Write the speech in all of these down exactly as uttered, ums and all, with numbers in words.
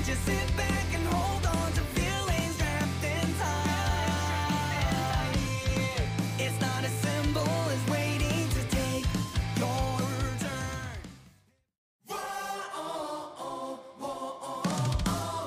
just sit back and hold on to feelings trapped in time. It's not as simple as waiting to take your turn. Whoa-oh-oh-oh-oh-oh.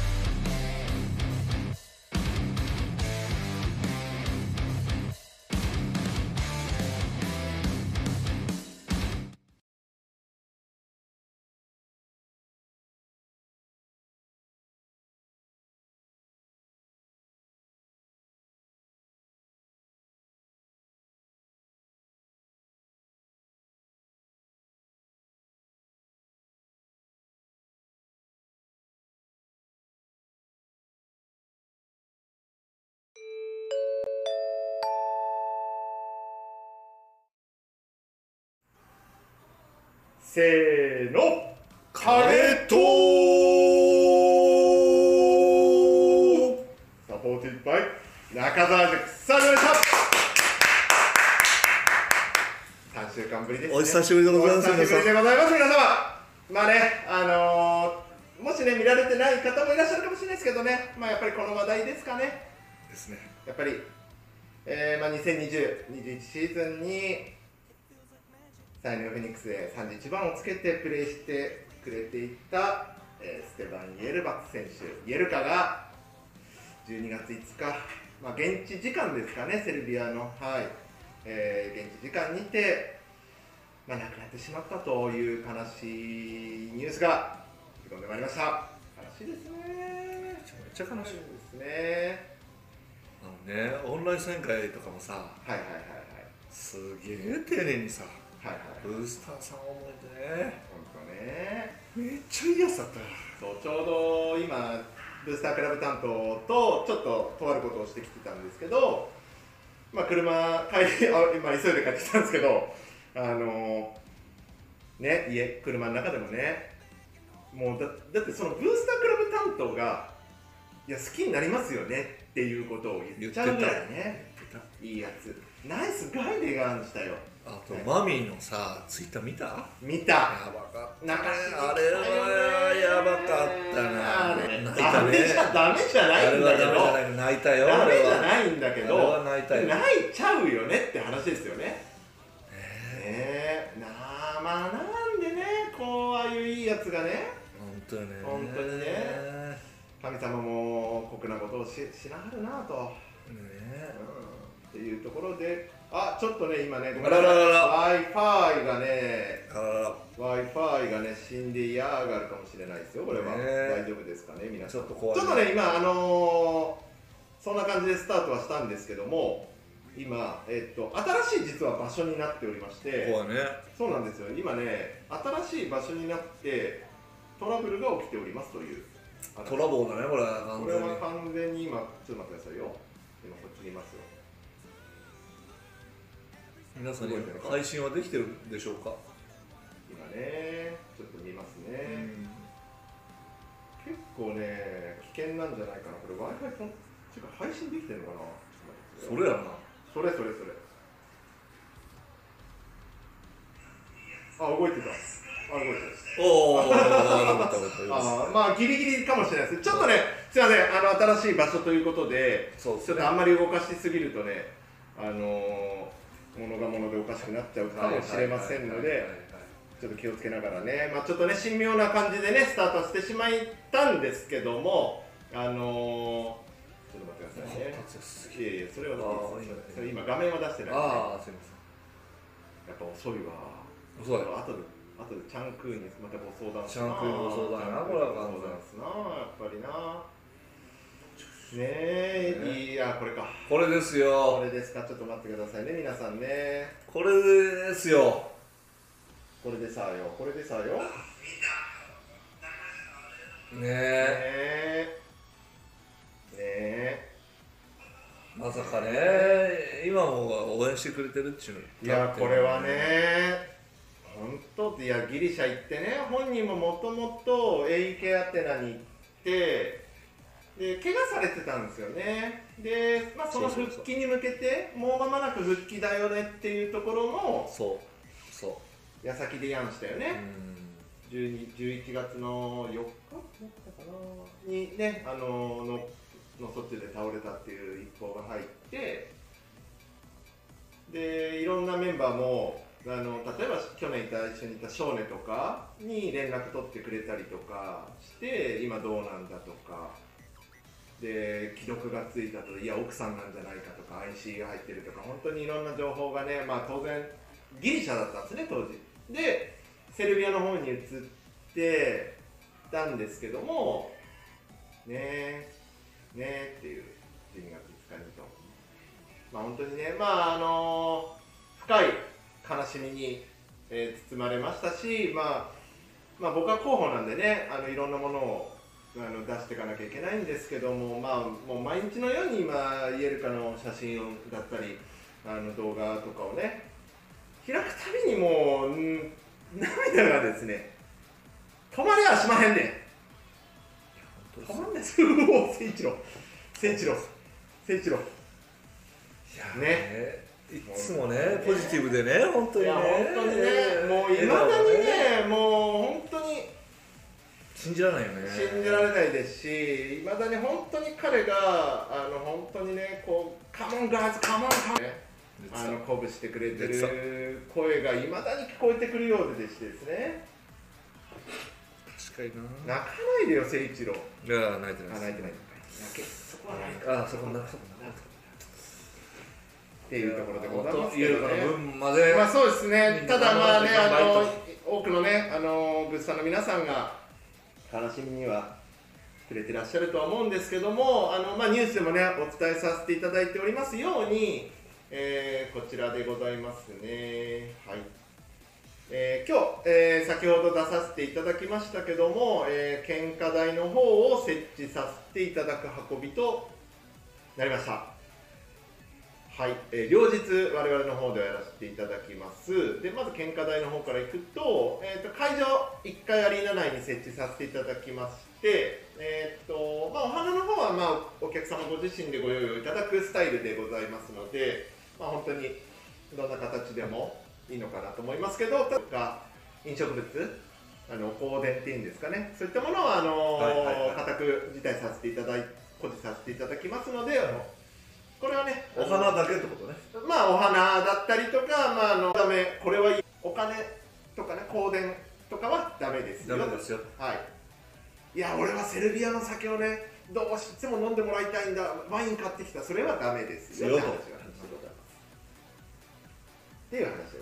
せーの、カレートーサポーティッドバイ中澤塾。さあ始まりました。さんしゅうかんぶりですね。 お久しぶりでございます。 お久しぶりでございます皆様。まあね、あのー、もしね見られてない方もいらっしゃるかもしれないですけどね、まあやっぱりこの話題ですかね。 ですね。 やっぱり、えーまあ、にせんにじゅう、にじゅういちシーズンにサイネオフェニックスでさんじゅういちばんをつけてプレーしてくれていた、えー、ステバン・イエルバツ選手、イエルカがじゅうにがついつか、まあ、現地時間ですかね、セルビアの、はいえー、現地時間にて、まあ、亡くなってしまったという悲しいニュースが飛び込んでまいりました。悲しいですね。 めちゃめちゃ悲しいですね。 あのね、オンラインサイン会とかもさ、 はいはいはいはい、 すげえ丁寧にさ、 はいはい、 ブースターさんを覚えてね、 本当ね、 めっちゃいいやつだったよ。 そうちょうど今ブースタークラブ担当とちょっととあることをしてきてたんですけど、まあ車帰りあ今急いで帰ってきたんですけど、あのね家車の中でもね、もう だ, だってそのブースタークラブ担当がいや好きになりますよねっていうことを言っちゃうぐらいね、いいやつ、ナイスガイでガンしたよ。 あと、ね、マミーのさ、ツイッター見た？ 見た。 やばかったね。 泣かしにあれはやばかったな。 あれ泣いたね。 ダメじゃダメじゃないんだけど。 あれはダメじゃない。泣いたよ。 ダメじゃないんだけど。 あれは泣いたよ。 泣いちゃうよねって話ですよね。ねえ、なあまあなんでね、こうああいういいやつがね。 本当にね。 本当にね。神様も酷なことをししなはるなと。ねえ。うんっていうところで、あ、ちょっとね、今ね、ごめんなさい、Wi-Fi がね、Wi-Fi がね、死んで嫌がるかもしれないですよ、これは。大丈夫ですかね、皆さん。ちょっと怖い。ちょっとね、今、あのー、そんな感じでスタートはしたんですけども、今、えっと、新しい実は場所になっておりまして、 怖いね。 そうなんですよ、今ね、新しい場所になって、トラブルが起きておりますという。 トラボーだね、これは完全に。これは完全に今、ちょっと待ってくださいよ。今、こっちにいますよ。 皆さんに配信はできてるんでしょうか？ 今ね、ちょっと見ますね。結構ね、危険なんじゃないかな。これ Wi-Fi とっていうか配信できてるのかな。 それやな。それそれそれ。あ、動いてた。あ、動いてた。 おお。 あ、まあギリギリかもしれないです。ちょっとね、すいません、あの新しい場所ということで、ちょっとあんまり動かしすぎるとね、あの物が物でおかしくなっちゃうかもしれませんので、ちょっと気をつけながらね、まあちょっとね神妙な感じでねスタートしてしまったんですけども、あのー、ちょっと待ってくださいね。いやいや、それはそれ今画面は出してないんで、 ああ、すみません。 やっぱ遅いわ。 遅い。 あとであとでチャンクーにまたご相談しな。チャンクーにご相談やな、これはご相談ですな、やっぱりな。ねえ、ね、いや、これか。 これですよ。 これですか。ちょっと待ってくださいね、皆さんね。 これですよ。 これでさよ。これでさよ。 ねえ。 ねえ。 まさかね、今も応援してくれてるっちゅう。 いや、これはね、本当、いや、ギリシャ行ってね、本人ももともとエイケアテナに行って、で怪我されてたんですよね。で、まあ、その復帰に向けてもう間もなく復帰だよねっていうところのそうそう矢先でやんしたよね。 じゅうに、じゅういちがつのよっかだったかなにね、あのの脳卒中で倒れたっていう一報が入って、でいろんなメンバーもあの例えば去年いた一緒にいた少年とかに連絡取ってくれたりとかして今どうなんだとかで既読がついたといや奥さんなんじゃないかとか アイシー が入ってるとか本当にいろんな情報がね、まあ、当然ギリシャだったんですね当時でセルビアの方に移ってたんですけどもねえねえっていうじゅうにがついつかにとまあ本当にねまああの深い悲しみに、えー、包まれましたし、まあ、まあ僕は広報なんでねあのいろんなものをあの出していかなきゃいけないんですけども、まあ、もう毎日のように今イエルカの写真をだったりあの動画とかをね開くたびにもう、うん、涙がですね止まりはしまへんねん止まんねんすごい誠一郎誠一郎誠一郎いやねいつもねポジティブでね本当にねいや本当にねもういまだにねもう本当に信じられないよね信じられないですしいまだに本当に彼があの本当にねこうカモンガーズカモンカモンねあの鼓舞してくれてる声がいまだに聞こえてくるようでしてですね確かにな泣かないでよ誠一郎いや泣いてないあ泣いてない泣けそこは泣いてないあそこ泣くっていうところでございますけどね。 の分までまあそうですね。ただまあねあの頑張多くのねあのグッズさんの皆さんが悲しみには触れてらっしゃるとは思うんですけども、あのまあニュースでもねお伝えさせていただいておりますように、えー、こちらでございますね。はい。えー、今日、えー、先ほど出させていただきましたけども、えー、献花台の方を設置させていただく運びとなりました。はい、えー、両日我々の方ではやらせていただきます。でまず献花台の方から行くと、えー、と会場いっかいアリーナ内に設置させていただきまして、えーとまあ、お花の方は、まあ、お客様ご自身でご用意をいただくスタイルでございますので、まあ、本当にどんな形でもいいのかなと思いますけど、とか飲食物あの香典っていうんですかね、そういったものはあの、はいはいはい、固く辞退させていただい固辞させていただきますので、これはねお花だけってことね。 まあお花だったりとか、まああのダメこれはいいお金とかね香典とかはダメですよ。 ダメですよ。 はい。いや俺はセルビアの酒をねどうしても飲んでもらいたいんだワイン買ってきたそれはダメですよ。って話がっていう話でございます。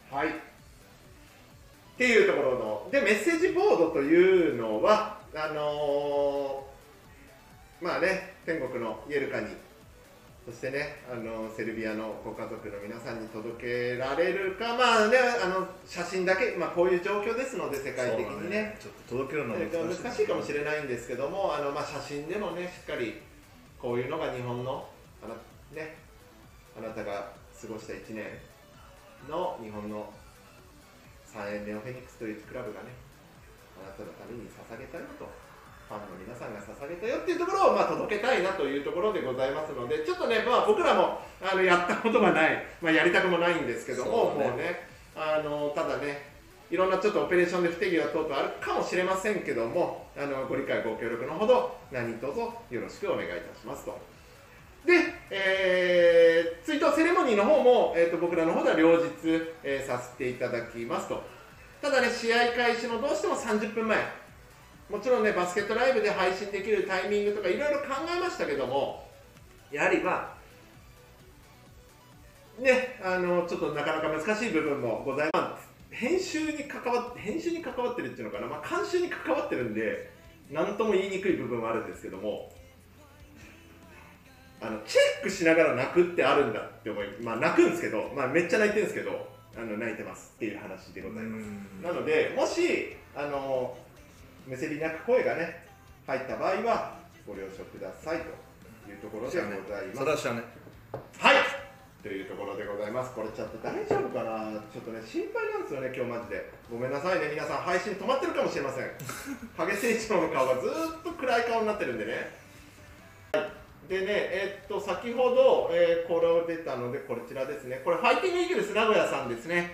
はい。っていうところのでメッセージボードというのはあのー、まあね天国のイエルカにそしてねあのセルビアのご家族の皆さんに届けられるかまあねあの写真だけまあこういう状況ですので世界的にね、 ねちょっと届けるのは難しい、難しいかもしれないんですけどもあのまあ写真でもねしっかりこういうのが日本のあのねあなたが過ごしたいちねんの日本のサンエンネオフェニックスというクラブがねあなたのために捧げたよとファンの皆さんが捧げたよっていうところをまあ届けたいなというところでございますのでちょっとね、まあ、僕らもあのやったことがない、まあ、やりたくもないんですけども、ね、もうねあのただねいろんなちょっとオペレーションで不手際等々あるかもしれませんけどもあのご理解ご協力のほど何卒よろしくお願いいたしますと。で、えー、追悼セレモニーの方も、えー、と僕らの方では両日、えー、させていただきますと。ただね試合開始のどうしてもさんじゅっぷんまえもちろんねバスケットライブで配信できるタイミングとかいろいろ考えましたけどもやはりまあねあのちょっとなかなか難しい部分もございます。編集に関わって編集に関わってるっていうのかな、まあ、監修に関わってるんで何とも言いにくい部分はあるんですけどもあのチェックしながら泣くってあるんだって思いまあ泣くんですけど、まあ、めっちゃ泣いてるんですけどあの泣いてますっていう話でございます。なのでもしあのむせび泣く声がね入った場合はご了承くださいというところでございます。 それはしゃね。 はいというところでございます。これちょっと大丈夫かなちょっとね心配なんですよね今日マジでごめんなさいね皆さん配信止まってるかもしれません影誠一郎の顔がずーっと暗い顔になってるんでね。でねえー、っと先ほど、えー、これを出たのでこちらですねこれファイティングイーグルス名古屋さんですね。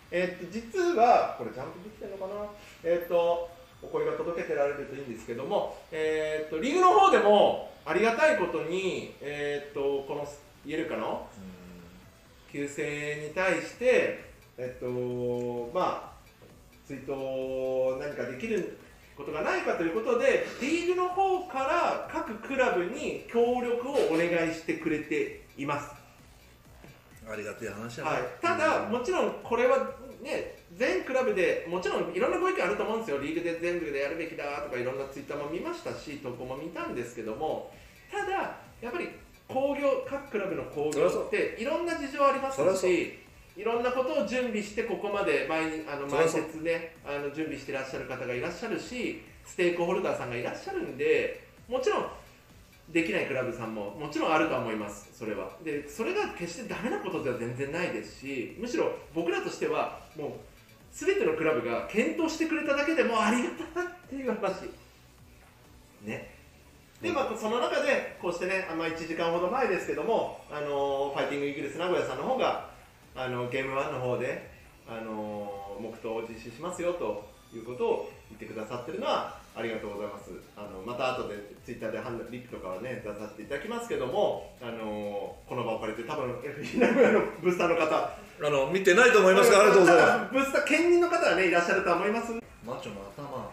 えー、と実はこれちゃんとできてるのかな、えっ、ー、とお声が届けてられるといいんですけども、えー、とリーグの方でもありがたいことに、えー、とこのイエルカの旧姓に対して、えっ、ー、とまあツイート何かできることがないかということで、リーグの方から各クラブに協力をお願いしてくれています。 ありがたい話だね、 はい、ただ、もちろんこれはね、全クラブでもちろんいろんなご意見あると思うんですよ。リーグで全部でやるべきだとかいろんなツイッターも見ましたし、投稿も見たんですけども、ただやっぱり興行、各クラブの興行っていろんな事情ありますし、いろんなことを準備してここまで毎あの毎節ね、あの準備していらっしゃる方がいらっしゃるし、ステークホルダーさんがいらっしゃるんで、もちろんできないクラブさんももちろんあるとは思います。それはでそれが決してダメなことでは全然ないですし、むしろ僕らとしてはもう全てのクラブが検討してくれただけでもありがたいなっていう話ね。で、まあ、その中でこうしてね、まあ、いちじかんほど前ですけども、あのファイティングイーグルス名古屋さんの方があのゲームワンの方であの黙祷を実施しますよということを言ってくださってるのはありがとうございます。あのまた後でツイッターでリップとかはね出させていただきますけども、あのこの場を借りて多分 エフビー 名古屋のブースターの方、 あの見てないと思いますが、ありがとうございます。 ブースター兼任の方はねいらっしゃると思います。 マッチョの頭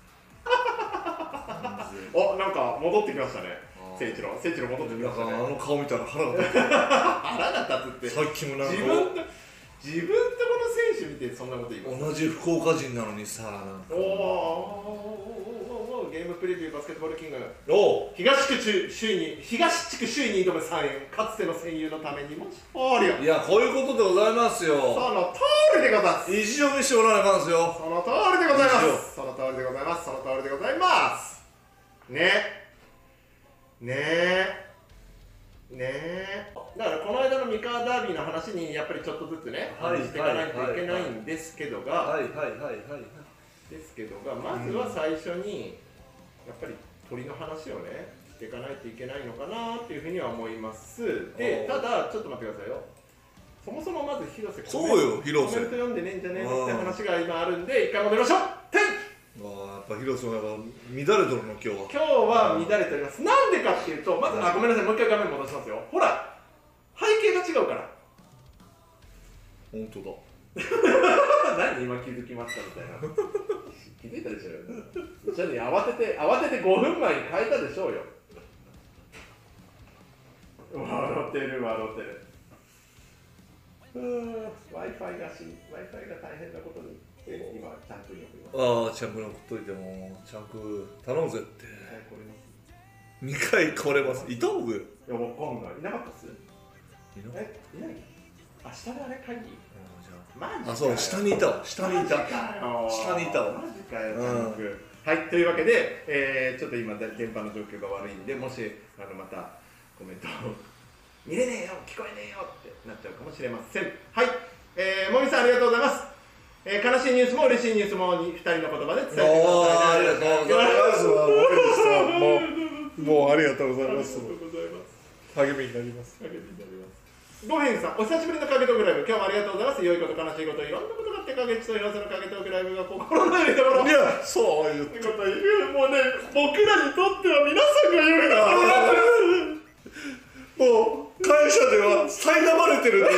お、なんか戻ってきましたね。聖一郎、聖一郎戻ってきましたね。 あの顔見たら腹が立つ。 腹が立つって。 さっきもなんか自分と自分とこの選手見てそんなこと言います。 同じ福岡人なのにさ、なんかおーおーおーおーおーおーゲームプレビューバスケットボールキング。 お東地区首位に東地区首位に挑むさんえん、かつての戦友のためにも勝利を。 いや、こういうことでございますよ。 その通りでございます。 意地を見せておらなあかんですよ。 その通りでございます。その通りでございます。その通りでございますね。ねえねえ、だからこの間の三河ダービーの話にやっぱりちょっとずつね、 はいしていかないといけないんですけどが、 はいはいはいはいですけどが、まずは最初にやっぱり鳥の話をねしていかないといけないのかなっていうふうには思います。で、ただちょっと待ってくださいよ。そもそもまず広瀬そうよ、広瀬コメント読んでねえんじゃねえのって話が今あるんで、一回戻りましょう。てんああ、やっぱ広瀬が乱れとるの今日は。 今日は乱れております。なんでかっていうと、まず、あ、ごめんなさい、もう一回画面戻しますよ。ほら、背景が違うから。 本当だ。 何今気づきましたみたいな。気づいたでしょう。じゃあね、慌てて、慌ててごふんまえに変えたでしょうよ。笑ってる、笑ってる。うーん、Wi-Fi がし、Wi-Fi が大変なことに。今、ちゃんと言います。 ああ、チャンクの送っといても、チャンク頼むぜって。 これますにかい来れます。いた僕。いいや、わかんない。いなかったっす。 なえ、いないあ、下であれ会議マジかよ。 あ、そう、下にいたわ。下にいた。下にいたわ。 マジかよ、チャンク。はい、というわけで、えー、ちょっと今、電波の状況が悪いんで、もし、あの、またコメントを見れねえよ、聞こえねえよってなっちゃうかもしれません。はい、えー、もみさんありがとうございます。えー、悲しいニュースも嬉しいニュースもふたりの言葉で伝えてください。 ありがとうございます。もう、もうありがとうございます。励みになります。 励みになります。ごへんさん、お久しぶりの影トークライブ、今日もありがとうございます。良いこと、悲しいこと、いろんなことがあって、影地と広瀬の影トークライブが心のよりどころ。 いや、そういうってこと言う、もうね、僕らにとっては皆さんが良いところなんです。 もう、会社では苛まれてるんです。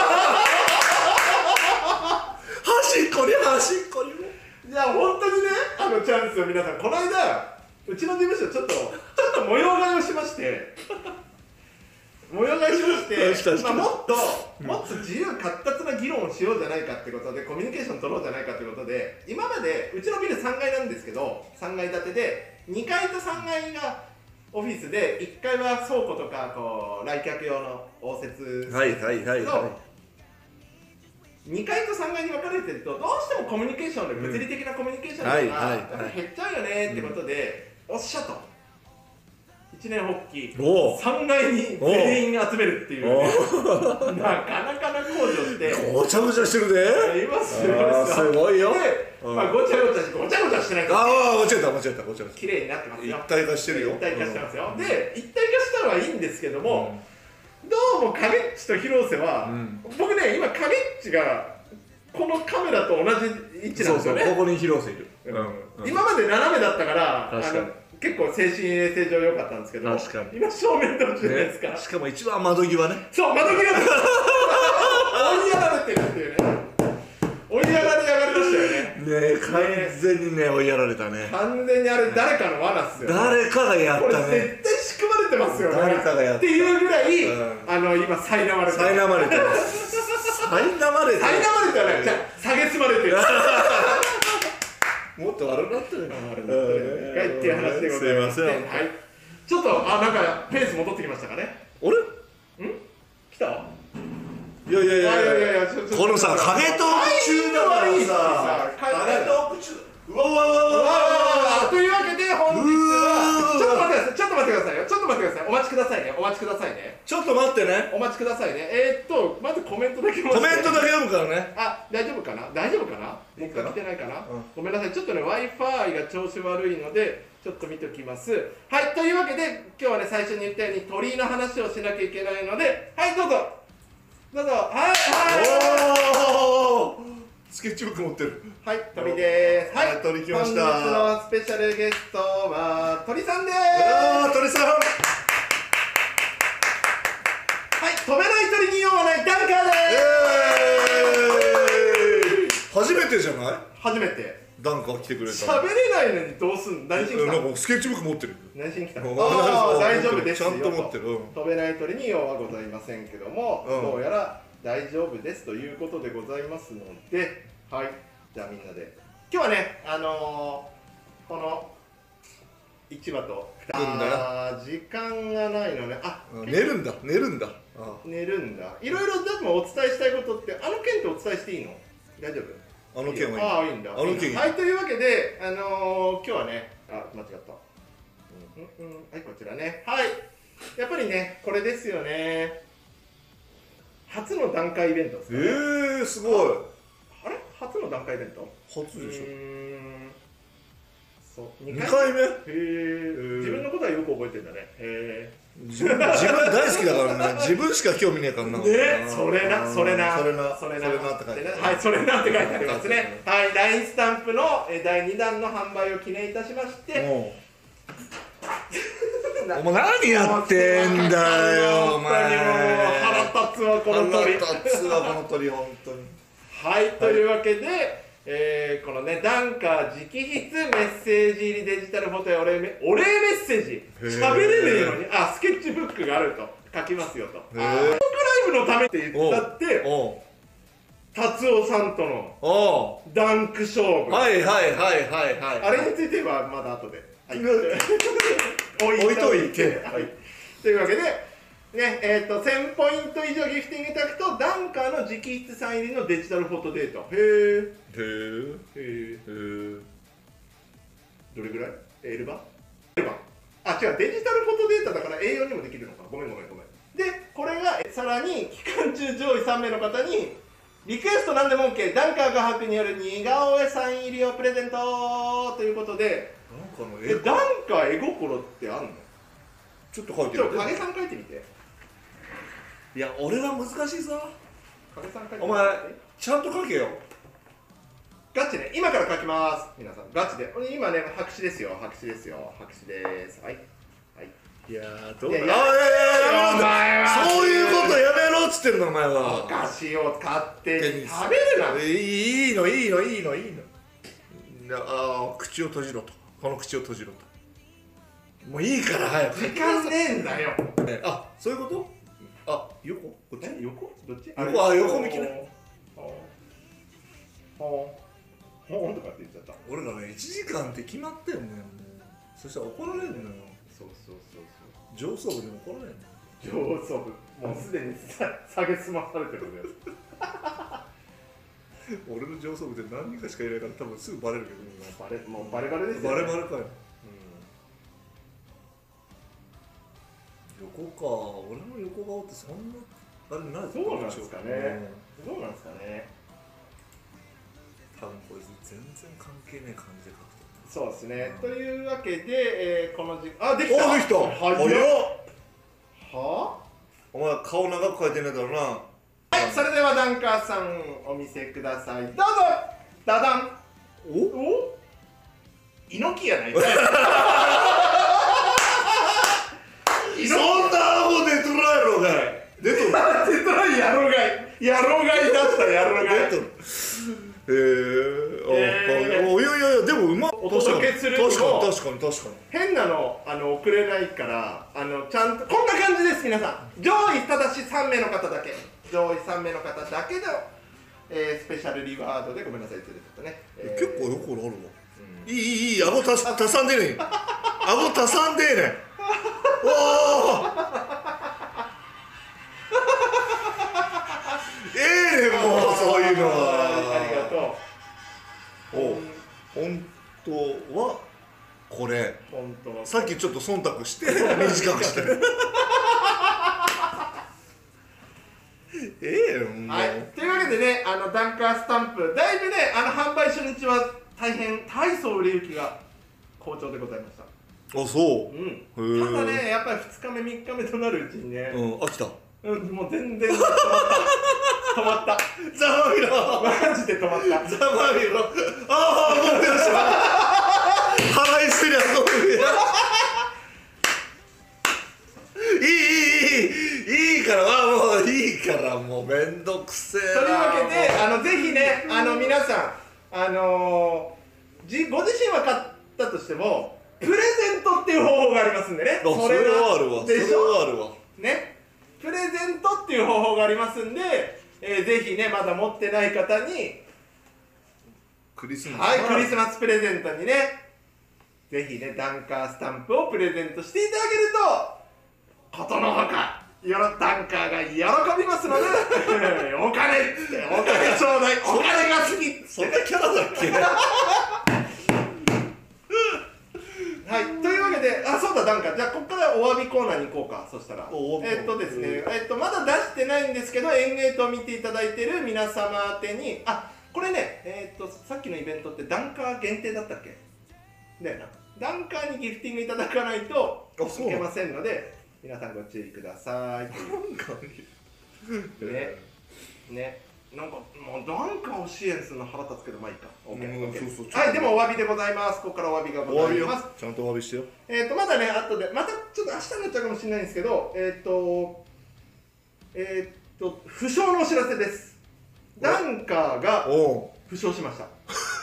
端っこに端っこにも。 いや、本当にね、あのチャンスを皆さん、この間、うちの事務所、ちょっと、ちょっと模様替えをしまして、模様替えしまして、まあ、もっと、もっと自由闊達な議論をしようじゃないかってことで、コミュニケーション取ろうじゃないかってことで、今まで、うちのビルさんがいなんですけど、さんがい建てで、にかいとさんがいがオフィスで、いっかいは倉庫とか、こう、来客用の応接はいはいはいはい。 にかいとさんがいに分かれてるとどうしてもコミュニケーションで物理的なコミュニケーションがはいはいやっぱり減っちゃうよねってことで、おっしゃと一年発起おうさんがいに全員集めるっていうね、なかなかな工事をしてごちゃごちゃしてるで。 いますよ。 あーすごいよ。 で、 うんまあ、ごちゃごちゃしてごちゃごちゃしてないです。 ああ、間違えた間違えた間違えた。 綺麗になってますよ。 一体化してるよ。 一体化してますよ。で、一体化したのはいいんですけども、どうも影っちと広瀬は、 うん僕ね今影っちがこのカメラと同じ位置なんですよね。 ここに広瀬いる、 うん、今まで斜めだったからあの結構精神衛生上良かったんですけど、 確かに今正面どっちですか、 ね、しかも一番窓際ね。 そう窓際です追いやられてるっていうね、追いやられやがりましたよね。 ねえ完全にね追いやられたね。 完全にあれ誰かの罠っすよ、ね、 誰かがやったね。 これ絶対仕組まれてますよね。 誰かがやったっていうぐらい、 うん、 あの今苛まれてる苛まれてる苛まれてる苛まれてはない、じゃあ蔑まれてるもっと悪くなってる悪くなってるはいっていう話でございます。 すいません、 はい、ちょっとあなんかペース戻ってきましたかね。 あれん来た。 いやいやいやいやいやこのさ影トーク中だからさ影トーク中うわうわうわうわうわというわけで本日はちょっと待ってくださいちょっと待ってくださいよちょっと待ってくださいお待ちくださいねお待ちくださいねちょっと待ってねお待ちくださいねえー、っとまずコメントだけコメントだけ読むからね。 あ大丈夫かな大丈夫かな僕が来てないかな、うん、ごめんなさいちょっとね Wi-Fi が調子悪いのでちょっと見ておきます。はいというわけで今日はね最初に言ったように鳥居の話をしなきゃいけないのではいどうぞどうぞはいはいおースケッチブック持ってる。 はい鳥です。はい鳥来ました。 本日のスペシャルゲストは鳥さんです。 あー鳥さんはい飛べない鳥に酔わないダンカーです。 初めてじゃない？ 初めてダンカー来てくれた。 喋れないのにどうすんの何しに来たなんかスケッチブック持ってる。 何しに来たあああ大丈夫ですよちゃんと持ってる、うん、 飛べない鳥に用はございませんけども、 うん、 どうやら大丈夫ですということでございますのではいじゃあみんなで今日はねあのー、この市場とあ時間がないのねあ寝るんだ寝るんだあ寝るんだいろいろでもお伝えしたいことってあの件ってお伝えしていいの大丈夫あの件はいいああいいんだあの件はいというわけであのー、今日はねあ間違ったうんうんはいこちらねはいやっぱりねこれですよね初の段階イベントですかねえーすごいあれ初の段階イベント初でしょそうにかいめへえ自分のことはよく覚えてるんだねへえ自分自分大好きだからね自分しか興味ねえからなねそれなそれなそれなそれなって書いてあるはいそれなって書いてありますねはい ライン スタンプのだいにだんの販売を記念いたしましてお前何やってんだよお前腹立つわこの鳥腹立つわこの鳥本当にはいというわけでえー、このねダンカー直筆メッセージ入りデジタルフォトやお礼メお礼メッセージ喋れねえのにあスケッチブックがあると書きますよとトークライブのためって言ったって達夫さんとのダンク勝負はいはいはいはいはいあれについてはまだ後で、はい、 置いといて、 はい、というわけでねえー、とせんポイント以上ギフティングいただくとダンカーの直筆サイン入りのデジタルフォトデータへーへーへーどれぐらい L 版 L 版あ違うデジタルフォトデータだから エーよん にもできるのかごめんごめんごめんでこれがさらに期間中上位さんめいの方にリクエストなんでも OK ダンカー画伯による似顔絵サイン入りをプレゼントということでなんかのえダンカー絵心ってあんのちょっと書いてみてちょ影さん書いてみていや俺は難しいぞ影さん書いてみてお前ちゃんと書けよガチね今から書きます皆さんガチで今ね白紙ですよ白紙ですよ白紙ですはいはいいやーどうだいやいややめろそういうことやめろっつってんのお前はお菓子を買って食べるないいのいいのいいのいいのああ口を閉じろとこの口を閉じろともういいから早く時間ねえんだよあそういうことあ横こっち横どっち横あ横向きねほーほーんとかって言っちゃった俺らねいちじかんって決まってんのよもうそしたら怒られるのよそうそうそうそう上層部で怒られる上層部もうすでに下げすまされてるんだよ俺の上層部で何人かしかいないから多分すぐバレるけどバレもうバレバレですよバレバレかよ横か俺の横顔ってそんなあれないそうなんですかねどうなんですかね多分こいつ全然関係ねえ感じで書くとそうですね、うん、というわけで、えー、この時あできたおできた早っはお前顔長く描いてねえだろうなはいはい、それではダンカーさんお見せください。どうぞ。ダダン。 おお猪木やないかい。 そんなアホ出とるやろがい。出とる。 出とるやろがい。やろがいだったやろがい。 出とる。へえ。あ、おいやいやいやでもうま。 お届けするにも確かに確かに確かに。 変なのあの送れないからあのちゃんとこんな感じです皆さん。上位ただしさんめいの方だけ。上位さんめいの方だけの、えー、スペシャルリワードでごめんなさいって言ってたね。えー、 結構よくあるわ。いいいいいい、顎たし足さんでねえ。顎足さんでえね。おお。ええねもうそういうのは。 ありがとう。 お、本当はこれ。 本当は。 さっきちょっと忖度して短くして。ええもう。 はい。というわけでね、あのダンカースタンプだいぶねあの販売初日は大変大層売れ行きが好調でございました。 あ、そう。 うん。 へえ。 ただねやっぱりふつかめみっかめとなるうちにね。 うん、飽きた。 うん、もう全然止まった止まったざまみろマジで止まったざまみろああ思ってました払い捨てりゃそういいいいいいいいからあもういいからもうめんどくせえな。 というわけであのぜひねあの皆さんあのー、じご自身は買ったとしてもプレゼントっていう方法がありますんでね。 それはあるわ。 でしょ。 それはあるわね。プレゼントっていう方法がありますんで、えー、ぜひねまだ持ってない方にクリスマスはいクリスマスプレゼントにねぜひねダンカースタンプをプレゼントしていただけるとことのほかよろダンカーが喜びますのでお金っつってお金ちょうだいお金が好きっつってそんなキャラだっけはい、というわけで、あ、そうだ、ダンカー、じゃあ、ここからお詫びコーナーに行こうか、そしたら。えっとですね、えっと、まだ出してないんですけど、エンゲートを見ていただいている皆様宛てに、あ、これね、えっと、さっきのイベントってダンカー限定だったっけだよな。ダンカーにギフティングいただかないといけませんので、皆さんご注意ください。ね、ね。なんかもうダンカーを支援するの腹立つけどまあいいか。オッケーオッケー。はい、でもお詫びでございます。ここからお詫びがございます。 ちゃんとお詫びしてよ。 えっとまだね後でまたちょっと明日になっちゃうかもしれないんですけど、えっとえっと負傷のお知らせです。ダンカーが負傷しました。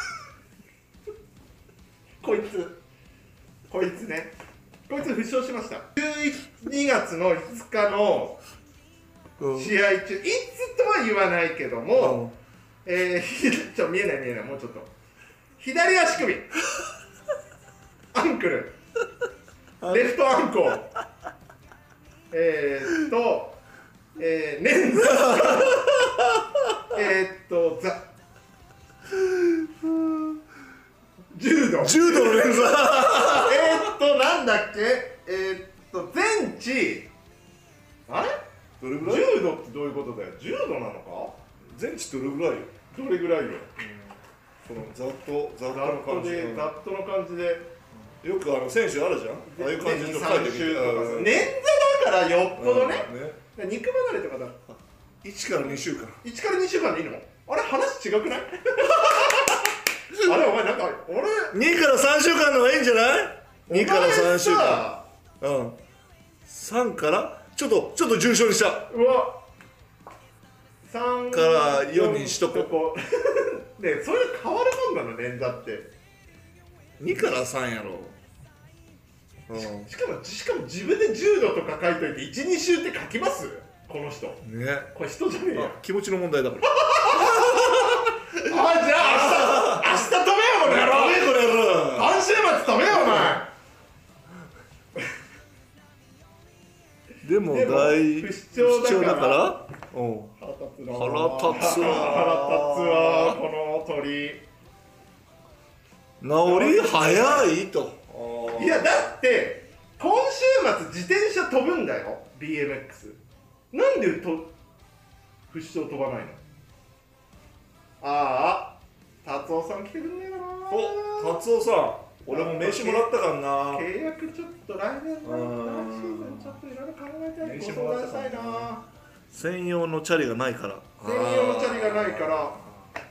こいつこいつねこいつ負傷しました。じゅうにがつのいつかの試合中、いつとは言わないけども、うん、えー、ちょ見えない見えないもうちょっと左足首アンクルレフトアンコーえーっとえー、捻挫えーっとザ柔道柔道の捻挫えーっとなんだっけえーっと全治あれどれぐらい？ 柔道ってどういうことだよ。柔道なのか？ 全治どれぐらいよ？ どれぐらいよ。 そのざっとざっとの感じでざっとの感じでよくあの選手あるじゃん。ああいう感じで書いてみて。 捻挫だからよっぽどね。肉離れとかだ。 いちからにしゅうかん。 いちからにしゅうかんでいいの？あれ話違くない？あれお前なんか俺にからさんしゅうかんの方がいいんじゃない？にからさんしゅうかん。うん。さんからちょっとちょっと重症にした。 うわさんからよにしとこうでそれ変わるもんなの捻挫ってにからさんやろ、 うん、しかもしかも自分で柔道とか書いといていち、に週って書きますこの人ね。これ人じゃねえや。 気持ちの問題だからあ、じゃあ明日明日止めようこの野郎。 止めこの野郎。 今週末止めようお前。 でも大不死鳥だからうん、 腹立つな腹立つわ腹立つわこの鳥治り早いと。 いやだって今週末自転車飛ぶんだよ ビーエムエックス なんでと不死鳥飛ばないの。ああ達夫さん来てくんねえかな。 お達夫さん俺も名刺もらったからな。 契約ちょっと来年の来シーズンちょっといろいろ考えたいご相談したいな。 専用のチャリがないから専用のチャリがないからは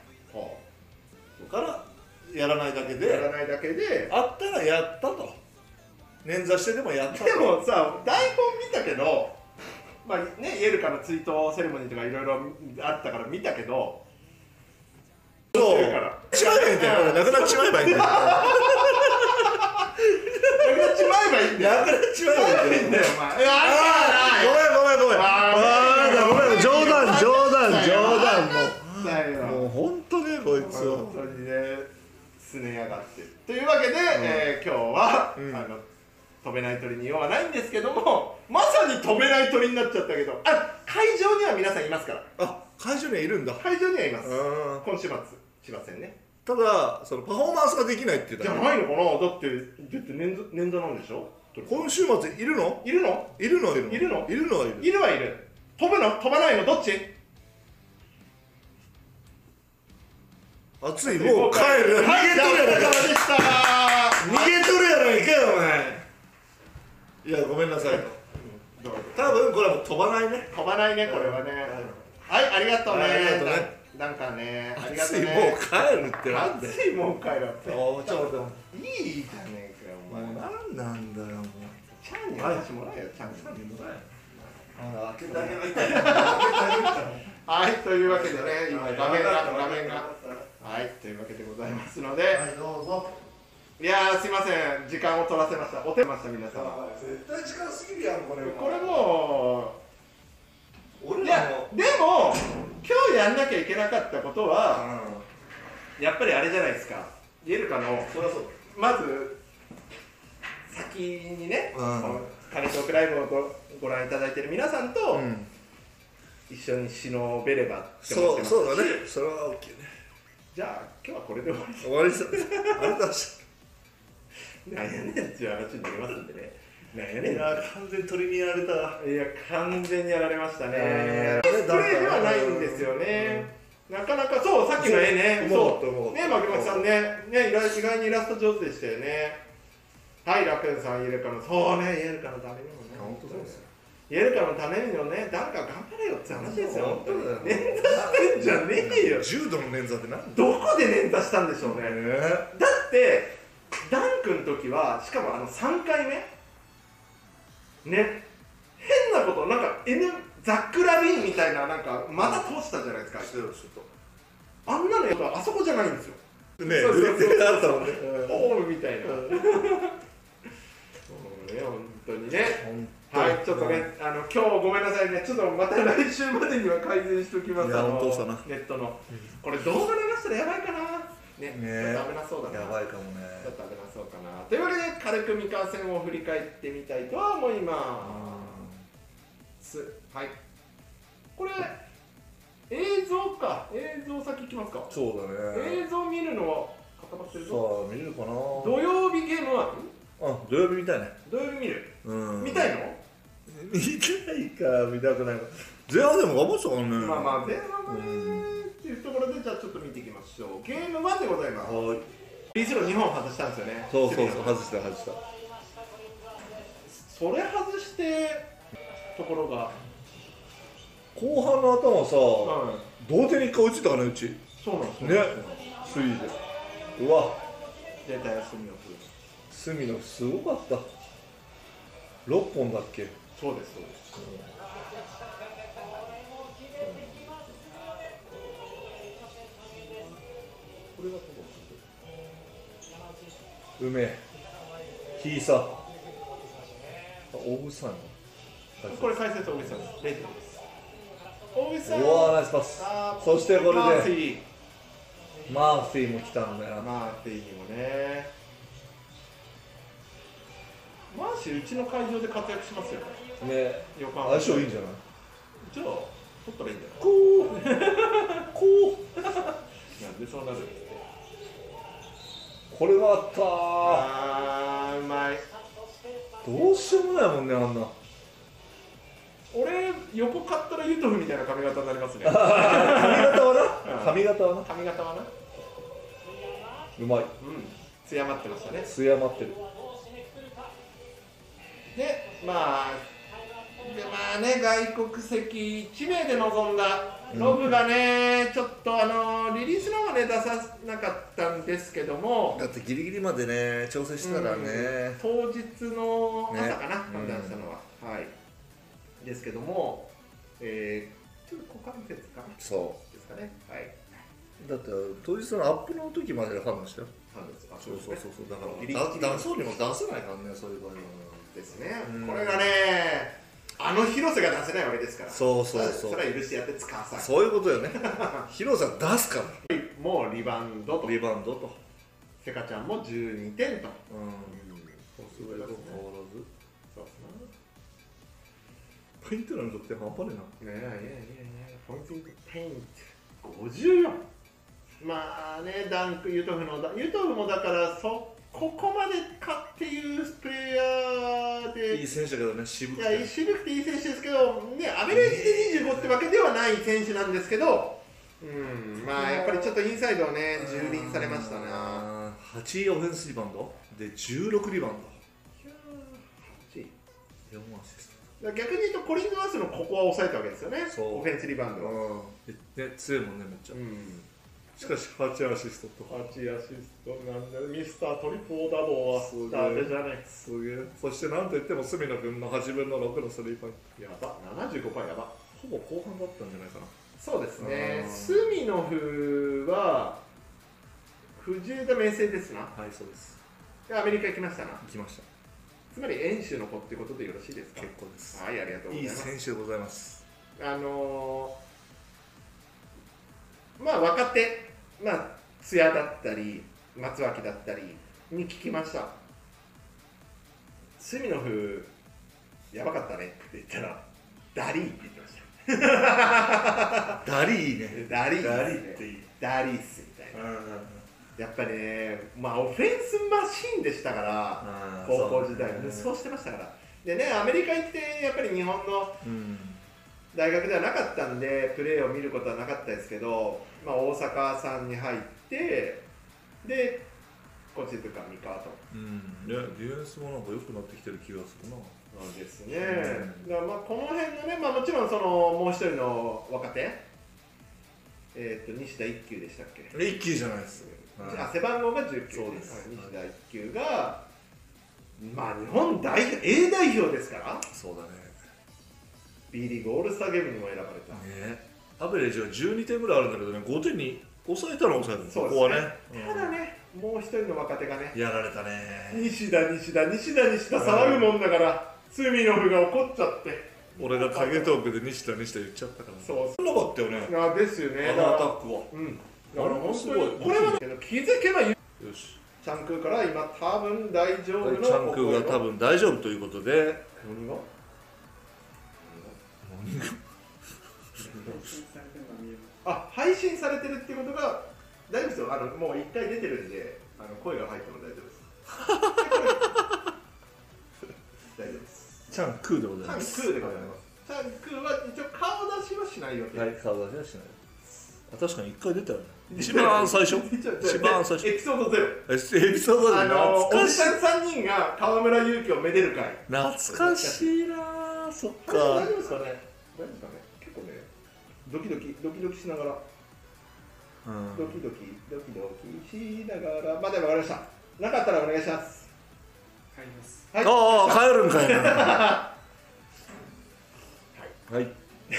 からやらないだけあやらでないだけで。 あったらやったと捻挫してでもやったとでもさ台本見たけど、まあねイエルカの追悼セレモニーとかいろいろあったから見たけど、 そうしてるからしまえばいいんだよなくなっちまえばいいんだよなくなっちまえばいいんだよ。 なくなっちまえばいいんだよいいんだよお前。いやあーごめんごめんごめんあーあーごめん冗談冗談冗談もだようもう本当ねこいつは本当にねすねやがってというわけで、えー今日は、 うんあの飛べない鳥に用はないんですけども、まさに飛べない鳥になっちゃったけど、あ会場には皆さんいますから。 あ会場にはいるんだ会場にはいます。 うん今週末千葉戦ね。 ただそのパフォーマンスができないって言っじゃたらないのかな。だってだって捻挫捻挫なんでしょ。 今週末いるのいるの？ いるのいるのいるのいるのはいるいるはいる。飛ぶの飛ばないのどっち？ 暑いもう帰るよ逃はいげとるやないかお疲れ様でした。 逃げとるやないかよお前いやごめんなさいとどうぞ多分これはもう飛ばないね飛ばないねこれはね。はいありがとうね。 はいありがとうねなんかねありがとね。 暑いうもう帰るってなんで暑いもん帰るって。 おちょっといいじゃねえかよお前。 もうなんなんだよもうチャンに話もらえよチャンに。 あ開けてあげなきゃ開けてあげなきゃはいというわけでね今はい画面がわかった画面がわかったはいというわけでございますので、 はいどうぞいやーすいません時間を取らせました。お手ました皆様。 絶対時間過ぎるやんこれこれもう俺いやらもでも今日やんなきゃいけなかったことはうやっぱりあれじゃないですか。イエルカのんそりゃそうまず先にね、 うんこのカニトークライブをごご覧いただいている皆さんと、 うん一緒に忍べればって思ってますし、 そうそうだねそれは OK ねじゃあ今日はこれで終わり終わりそうですありがとうございましなんやねんっていう話になりますんでね。なんやたねんいや完全に鳥にやられたいや完全にやられましたね。 うんプレーではないんですよね。なかなかそうさっきの絵ね、 そうそうね牧松さんねね意外意外にイラスト上手でしたよね。はいラクーンさんイエルカのそうねイエルカのためにもね。 本当そうですよイエルカのためにもねなんか頑張れよって話ですよ。 本当だよ捻挫してんじゃねえよ。 重度の捻挫って何どこで捻挫したんでしょうね。 ねだってダンクの時はしかもあのさんかいめね変なことなんか N ザック・ラビーンみたいななんかまた通したじゃないですか。 してるちょっあんなのやっぱあそこじゃないんですよ。 とねそうそうそう全然あったもんねオールみたいな。そうね本当にね。はいちょっとねあの今日ごめんなさいねちょっとまた来週までには改善しておきます。 いやあの本当そうだなネットのこれ動画流したらやばいかな。ねねちょっと危なそうだな。 やばいかもねちょっと危なそうかな。というわけで軽く三河戦を振り返ってみたいとは思います。はい。これ映像か映像先行きますか。 そうだね映像見るのは固まってるぞ。 さあ見れるかな土曜日ゲームはあ土曜日見たいね土曜日見る。 うん見たいの？ 見たいか見たくないか前半でも頑張ってたからねまあまあ前半もねっていうところでじゃあちょっと見ていきましょう。ゲームワンでございます。 はいフリースローにほん外したんですよね。 そうそうそう守備の外した外したそれ外してところが、 後半の頭さうん、 同点にいっかい追いついたからねうちそうなんですねスイーでうわデータ休みをする。 隅のすごかったろっぽんだっけそうですそうです。これが梅ヒーサーオブさんこれ解説大口さんです。レジェンドです。大口さん。 うわーナイスパスさあそしてこれでマーフィー。 マーフィーも来たんだよマーフィーにもね。マーシーうちの会場で活躍しますよね。 ね横浜。 相性いいんじゃないじゃあ取ったらいいんじゃない。 こうこうなんでそうなる。 これはあったーあーうまい。 どうしようもないもんねあんな俺横買ったらユトフみたいな髪型になりますね。 髪型はうんな髪型はな髪型はな。 うまいうん。艶まってましたね。 艶まってるでまあでまあね、外国籍いち名で臨んだロブがね、ちょっとあのリリースの方はね出さなかったんですけども、 だってギリギリまでね調整してたからね、 うん、当日の朝かな、 ね判断したのは、うん、はいですけども、えー、ちょっと股関節かなそうですかね、はい。 だって当日のアップの時まで判断したよ。 判断ですか。 そうそうそうそう、だからギリギリ出そうにも出せないからね、そういう場合はですね、 うん、これがねあの広瀬が出せないわけですから、 そうそうそう、 それは許してやって使わさい、 そういうことよね広瀬は出すから、 もうリバウンドとリバウンドとセカちゃんもじゅうにてんと、 うん、すごいですね、変わらずそうですね、 ポイントの得点半端ねえな。いやいやいやいや、ポイントペイントごじゅうよん。まあね、ダンク、ユトフの、ユトフもだからそここまでかっていうプレイヤーで、 いい選手だけどね、渋くて、 いや渋くていい選手ですけど、ね、アベレージでにじゅうごってわけではない選手なんですけど、うん、まあやっぱりちょっとインサイドをね、蹂躙されましたね。 はちオフェンスリバウンドでじゅうろくリバウンド、よんアシスト。 逆に言うとコリンズワースのここは抑えたわけですよね、オフェンスリバウンドは、 うん、で強いもんね、めっちゃ、うん、しかしはちアシストとはちアシストなんで、ミスタートリプルダボはダメじゃねえ、 すげえ。そしてなんといっても隅野君のはちぶんのろくのスリーポイント、 やば、ななじゅうごパーセント やば、 ほぼ後半だったんじゃないかな。 そうですね、隅野フは藤枝明誠ですな。 はい、そうです。 でアメリカ行きましたな。 行きました。 つまり遠州の子っていうことでよろしいですか。 結構です。 はい、ありがとうございます。 いい選手でございます。 あのー、まあ若手、まあ津屋だったり松脇だったりに聞きました。隅野フやばかったねって言ったらダリーって言ってました。 ダリーね。 ダリー、 ダリーっていい。 ダリーっすみたいな。 うんうん、 やっぱりね、まあオフェンスマシーンでしたから、高校時代にそうしてましたから。でね、アメリカ行ってやっぱり日本の大学ではなかったんで、プレーを見ることはなかったですけど、まあ、大阪さんに入って、で、今シーズンから三河と。 うん、ね、ディフェンスもなんか良くなってきてる気がするな。 そうですね。うん、だからまあこの辺のね、まあ、もちろんそのもう一人の若手、えー、と西田一球でしたっけ？ 一球じゃないです。 あ、背番号がじゅうきゅう、 そうです。 西田一球が、まあ日本代表 A 代表ですから。 そうだね。 B リーグオールスターゲームにも選ばれた。 ね、アベレージはじゅうにてんぐらいあるんだけどね、ごてんに抑えたら抑えるんです。 そうですね。ここはね。ただね、もう一人の若手がね。 やられたね。 西田西田西田西田騒ぐもんだから、隅野フが怒っちゃって。 俺が影トークで西田西田言っちゃったから。 そう。 なかったよね。 あ、ですよね。 あのアタックは。 うん。だから本当にこれはね、気づけばよし。 チャンクーから今多分大丈夫の。 チャンクーが多分大丈夫ということで。 何が？ 何が？ あ、配信されてるってことが大丈夫ですよ。あのもう一回出てるんで、あの声が入っても大丈夫です。大丈夫です。 チャンクーでございます。 チャンクーでございます。チャンクーは一応顔出しはしないよ。 はい、顔出しはしない。あ、確かに一回出たよね。一番最初。一番最初。 エピソードゼロ。 エピソードゼロ。 あのおじさん三人が河村勇輝をめでる会。 懐かしいな。そっか。 大丈夫ですかね。大丈夫ですかね。結構ね、ドキドキドキドキしながら。うん、ドキドキドキドキしながら。まあでも分かりました。なかったらお願いします。 帰ります。 はい。ああ、帰るんかいな。はい。はい。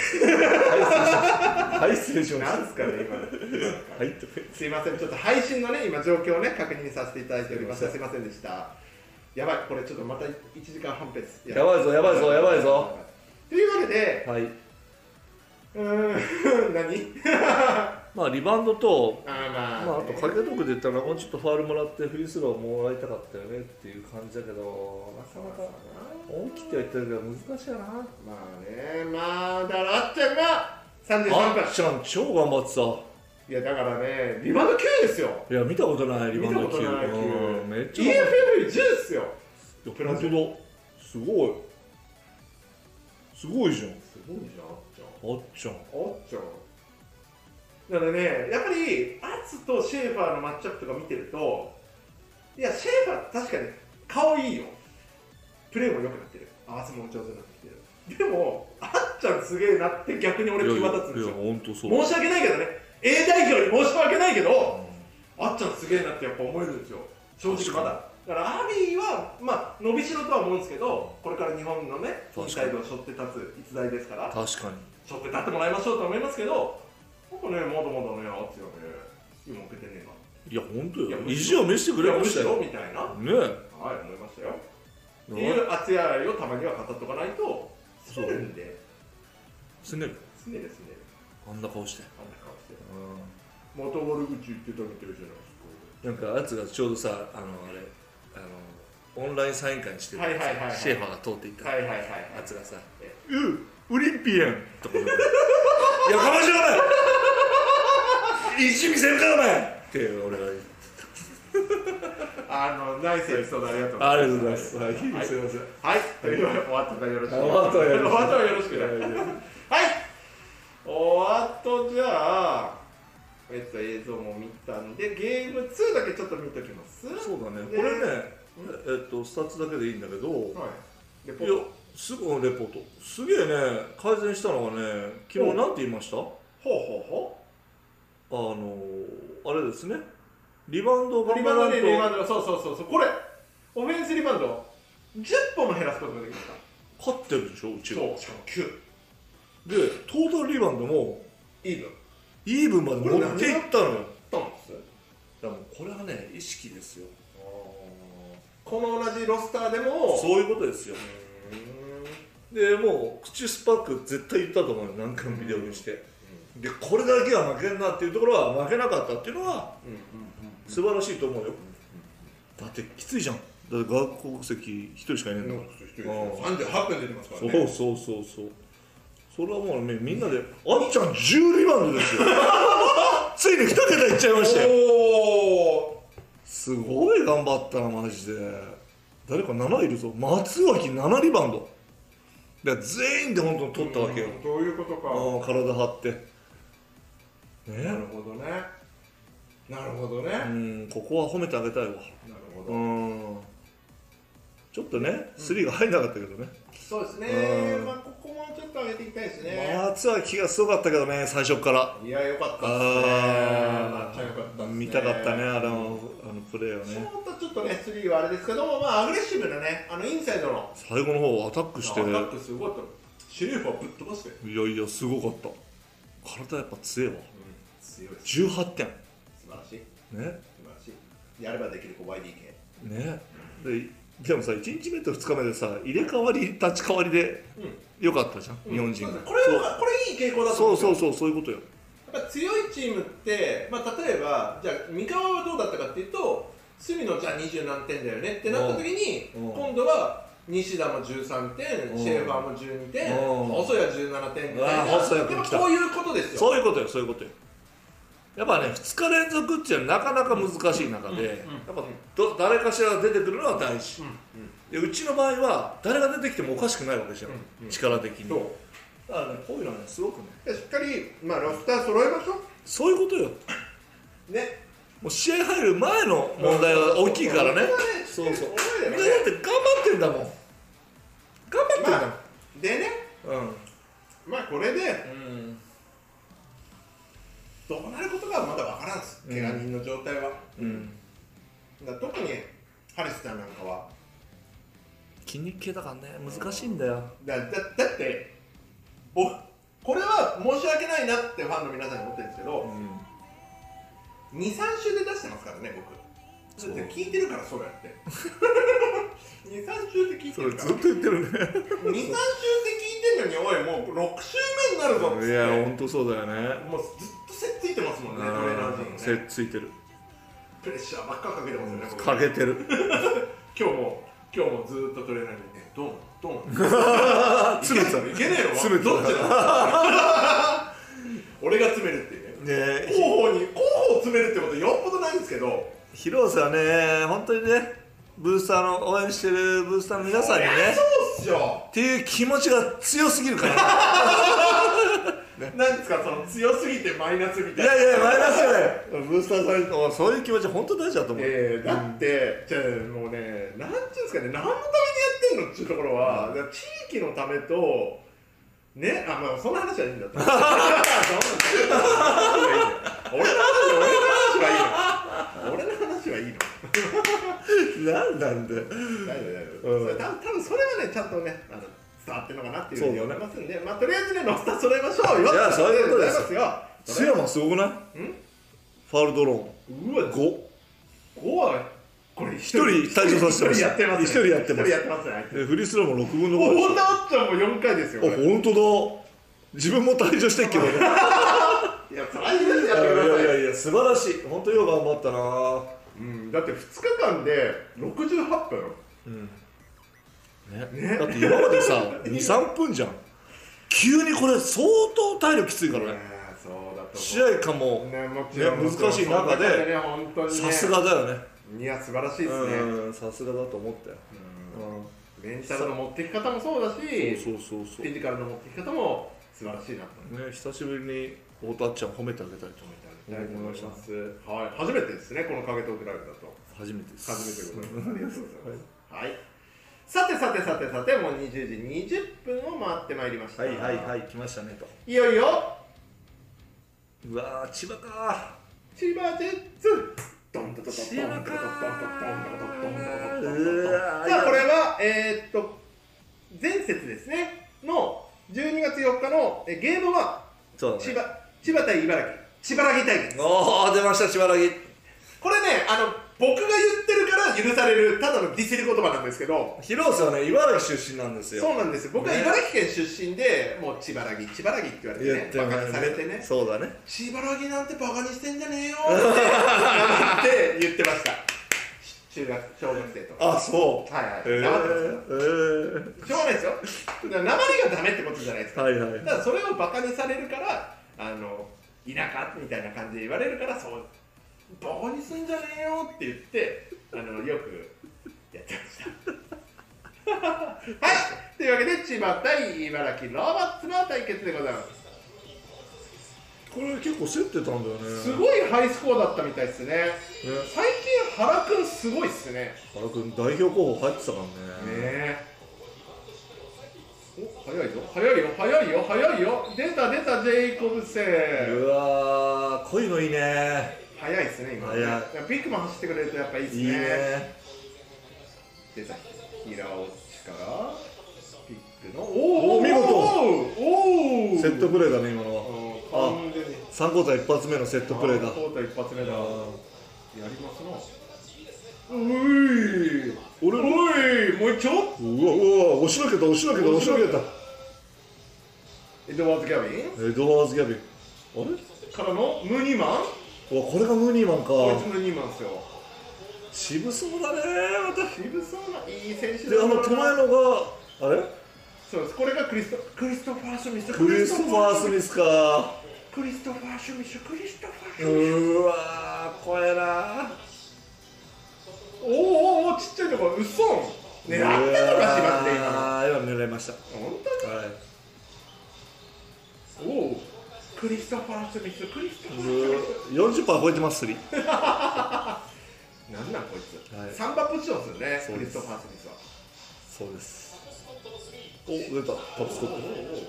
はい、失礼しました。 なんすかね、今。 はい、 すいません、ちょっと配信のね、今状況をね、確認させていただいております。すいませんでした。やばい、これちょっとまたいちじかんはんペース。 やばいぞ、やばいぞ、やばいぞ。 というわけで、 はい。 うーん、何まあ、リバウンドと、 あ、まあ、 まあ、あと、影トークで言ったら、もうちょっとファウルもらって、フリースローもらいたかったよねっていう感じだけど、なかなか、思い切っては言ってるけど、難しいな。まあね、まあ、だからあっちゃんがさんじゅうさんぷん。 あっちゃん、超頑張ってた。 いや、だからね、リバウンドきゅうですよ。 いや、見たことない、リバウンドきゅう。めっちゃ。 イーエフエルじゅう ですよ。 プラスド。すごい。すごいじゃん。 すごいじゃん、あっちゃん。 あっちゃん。 あっちゃん。だからね、やっぱりアツとシェーファーのマッチアップとか見てると、いや、シェーファー確かに顔いいよ。プレーも良くなってる。合わせも上手になってきてる。 でもあっちゃんすげえなって逆に俺際立つんですよ。 いやいや本当そう。 申し訳ないけどね、 A 代表に申し訳ないけど、うん、あっちゃんすげえなってやっぱ思えるんですよ正直まだ。だからアビーはまあ伸びしろとは思うんですけど、これから日本のねインサイドを背負って立つ逸材ですから、 確かに背負って立ってもらいましょうと思いますけど、なんかねまだまだねあっちがね今受けてねえな。 いや本当よ、意地を見せてくれましたよみたいなね。 はい思いましたよっていう熱い愛をたまには語っとかないとすねるんで。 すねるすねるすねるあんな顔して、 あんな顔してまた悪口言ってたみたいじゃないですか。 なんかやつがちょうどさ、あのあれあのオンラインサイン会にしてる、 はいはいはいはい、 シェーファーが通っていったはいはいはいはいやつがさ「うウリンピアン」とか言って「いやかましょうがない意地見せるからお前」って俺が言う。 あのナイスエピソードありがとうございます。 ありがとうございます。はい、 はい、 すみません。 はい、というわけで終わったからよろしく。 終わったらよろしく。 終わったらよろしく。はい。終わっとじゃあ、えっと映像も見たんでゲームツーだけちょっと見ときます。 そうだね。これね、えっとスタッツだけでいいんだけど、はい。 レポート。 いや、すぐレポート。すげえね、改善したのがね、昨日なんて言いました？ ほうほうほう。 あのあれですね。リバウンドをリバウンドね、リバウンド、そうそうそうそう、これオフェンスリバウンドじゅっぽんも減らすことができました。 勝ってるでしょ、うちが。 そう、しかもきゅうで、トータルリバウンドもイーブンイーブンまで持っていったのよ。 トンス。 だからもうこれはね、意識ですよ。 この同じロスターでもそういうことですよ。で、もう口スパック絶対言ったと思うよ、何回もビデオにして。で、これだけは負けんなっていうところは負けなかったっていうのは素晴らしいと思うよ。だってきついじゃん。だって外国籍ひとりしかいないんだから。 さんじゅうはっぷん出てますからね。 そうそうそうそう。それはもうね、みんなで、あっちゃんじゅうリバウンドですよ。ついににけたいっちゃいましたよ。おすごい頑張ったな、マジで。誰かなないるぞ。松脇ななリバウンド。だから全員で本当に取ったわけよ。 どういうことか。 体張って。ね、 なるほどね。なるほどね。 うん、ここは褒めてあげたいわ。なるほど。 うん。ちょっとね、スリーが入んなかったけどね。 そうですね。まあここもちょっと上げていきたいですね。 松脇がすごかったけどね、最初から。 いや良かったですね。 ああ、良かったですね。 見たかったね、あのあのプレーをね。 ちょっとね、スリーはあれですけども、まあアグレッシブなね、あのインサイドの最後の方アタックして。 アタックすごかった。シュリーフはぶっ飛ばして。 いやいやすごかった。体やっぱ強いわ。 強いです。 じゅうはってん。 素晴らしい。 ね。 素晴らしい。やればできる子 ワイディー 系。 ね。ででもさ、いちにちめとふつかめでさ、入れ替わり立ち替わりでよかったじゃん、 うん、 日本人が。 これはこれいい傾向だと思うんですよ。そうそうそう、そういうことよ。 やっぱ強いチームって、まあ、例えばじゃあ三河はどうだったかっていうと、隅野じゃあにじゅう何点だよねってなった時に、今度は西田もじゅうさんてん、シェーファーもじゅうにてん、細谷じゅうななてんみたいな。 細谷君来た。 こういうことですよ。 そういうことよ、そういうことよ。やっぱね、ふつか連続っていうのはなかなか難しい中で、やっぱど誰かしらが出てくるのは大事。でうちの場合は誰が出てきてもおかしくないわけじゃん、うんうん、力的に。そうだからね、こういうのはね、すごくね、 しっかり、まあ、ロスター揃えましょう。 そういうことよね。 もう試合入る前の問題は大きいからね。そうそう。みんなだって頑張ってんだもん。頑張ってんだもん、まあ、 でね、うん、まあこれで、うん、どうなることがまだ分からんです、怪我人の状態は。うん、だ特にハリスさんなんかは筋肉系だからね、難しいんだよ。 だだだって僕これは申し訳ないなってファンの皆さんに思ってるんですけど、うん、にさん週で出してますからね、僕。聞いてるから、そうやってにさん週で聞いてるから、 ずっと言ってるねにさん週で聞いてるのに、おいもうろく週目になるぞっつって。 いやほんとそうだよね。 もうずっとせっついてますもんね、トレーナー陣ね。 せっついてる。 プレッシャーばっかかけてますよね、 かけてる今日も今日もずっとトレーナーにね、どうどう詰めたいけねえの詰めどっちだ俺が詰めるっていうね。ね、候補に候補を詰めるってことよっぽどないんですけど、 広瀬はね、本当にね、ブースターの応援してるブースターの皆さんにね、 そうっすよっていう気持ちが強すぎるからねなんですかその強すぎてマイナスみいたいな。 やいやマイナスじゃないブースターされてそういう気持ち本当大事だと思う、 えー、だって、じゃあもうね、なんていうんですかね、何のためにやってんのっていうところは、 うんだから地域のためと、ね、あ、まあ、そんな話はいいんだって。そんな俺の話はいいの。俺の話はいいの。 なんなんで大丈夫大丈夫。 うんそれ多分多分それはね、ちゃんとね、あの伝わってるのかなっていうふうにそうだね思いますんで、まあ、とりあえずね、ロスター揃えましょうよ。 いやそういうことですございますよ。 津山すごくないファウルドローンうわ、 ごごは、これ一一人退場させてます一人やってますね。 一人やってます一人やってますね。 でフリースローもろくぶんのごでしょ女あっちゃんもよんかいですよ。これあ本当だ自分も退場してっけどねいや、大変ですいややってください。 いやいや素晴らしい本当よう頑張ったなうん、だってふつかかんでろくじゅうはっぷん。 うんねねだって今までさにさんぷんじゃん急にこれ相当体力きついからねねそうだと思う。 試合かもね、もちろんね難しい中でね、本当にね。 さすがだよねいや、素晴らしいですね。 うんさすがだと思ったようんメンタルの持ってき方もそうだし、 そうそうそうフィジカルの持ってき方も素晴らしいなと思いね久しぶりに太田あっちゃん褒めてあげたいと思います。はい、初めてですね、この影トークライブだと。 初めてです初めてでございます。ありがとうございます。はい。さてさてさてさて、もうにじゅうじにじゅっぷんを回ってまいりました。 はいはいはい来ましたねといよいようわー千葉か千葉ジェッツ。ドンドドドドンドドドドンドドドンドドドドンドドドドンうわーさあこれはえー、っと前節ですねのじゅうにがつよっかのえゲームワン、 そうだね千葉千葉対茨城千葉らぎ対決。 おー出ました千葉らぎこれね、あの僕が言ってるから許されるただのディスり言葉なんですけど、 広瀬はね茨城出身なんですよそうなんですよ。僕は茨城県出身で、もう千葉らぎ千葉らぎって言われてね、バカにされてね、 そうだね千葉らぎなんてバカにしてんじゃねえよって言ってました。中学小学生とか。 あそうはいはい。 えー、 黙ってますよ。 えー、 しょうがないですよ。だから訛りがダメってことじゃないですか。 はいはいただそれをバカにされるからあの田舎みたいな感じで言われるからそうバカにすんじゃねえよって言ってあのよくやってましたはいというわけで千葉対茨城ローバッツの対決でございます。 これ結構競ってたんだよねすごいハイスコアだったみたいですね。 ね最近原くんすごいっすね。 原君代表候補入ってたからねねえお早いよ早いよ早いよ早いよ出た出たジェイコブセうわーこういうのいいね早いですね今ね。 早いビッグマン走ってくれるとやっぱいいですね。 いいね出た平尾からピックのおお見事おおセットプレーだね今のはあ完全にさんクォーター一発目のセットプレーだコータ一発目だ。やありますな。うい俺おいもう一丁うわうわ押しのけた押しのけた押しのけたエドワーズ・ギャビンエドワーズ・ギャビンあれからのムーニーマン。 うわこれがムーニーマンかこいつムーニーマンですよ。 渋そうだねまた渋そうないい選手であだな。 の手前のがあれそうです。これがクリストクリストファー・スミス。 クリストファー・スミスかクリストファー・スミスクリストファー・うスミス。 ーわー怖えなおーおーおーちっちゃいところうっそん狙ったのかしまって今の。 ああ今狙いました本当にはいおおクリストファー・スミスクリストファー・スミス。 よんじゅっパーセント超えてますスリーなんなんこいつ、 はいサンバポジションですよねそうですクリストファー・スミスは。 そうですお出たタップスコット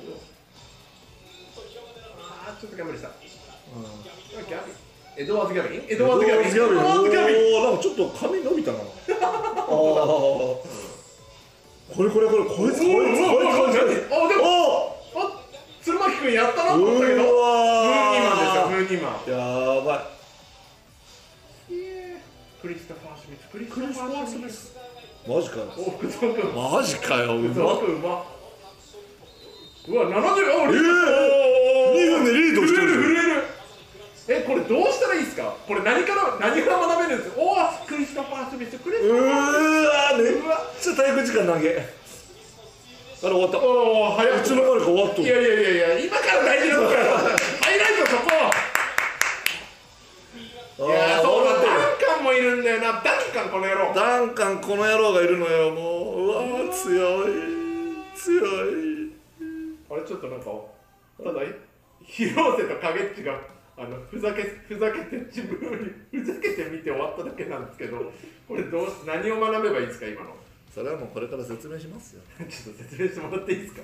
あーちょっと頑張りした。 うギャビンエドワーズ・ギャビンエんドワーズ・ギャビンエドワーズ・ギャビン。 おーなんかちょっと髪伸びたなああこれこれこれこいつこいつこいつこいつあでもおあ鶴巻くんやったなーと思ったけどムーニうわーマンですよムーニーマン。 やばいクリストファー・スミスクリストファー・スミス。 マジかよお福蔵くんマジかよう福蔵まくんうまうわななじゅうあえー、にふんでリードして震えるる震える。えこれどうしたらいいですか。これ何から何から学べるんですか。おークリストファー・スミスクリストうファー・スミス。 ーわめっちゃ体育時間投げあれ終わったおお早い。 いつの間にか終わっといやいやいやいや今から大事なのかよハイライトそこ。いやーそうだダンカンもいるんだよな。ダンカンこの野郎。 ダンカンこの野郎がいるのよもううわー強い強いあれちょっとなんかただい広瀬と影っちがあのふざけふざけて自分にふざけて見て終わっただけなんですけど、これどう何を学べばいいですか今の。 それはもうこれから説明しますよ。 ちょっと説明してもらっていいですか。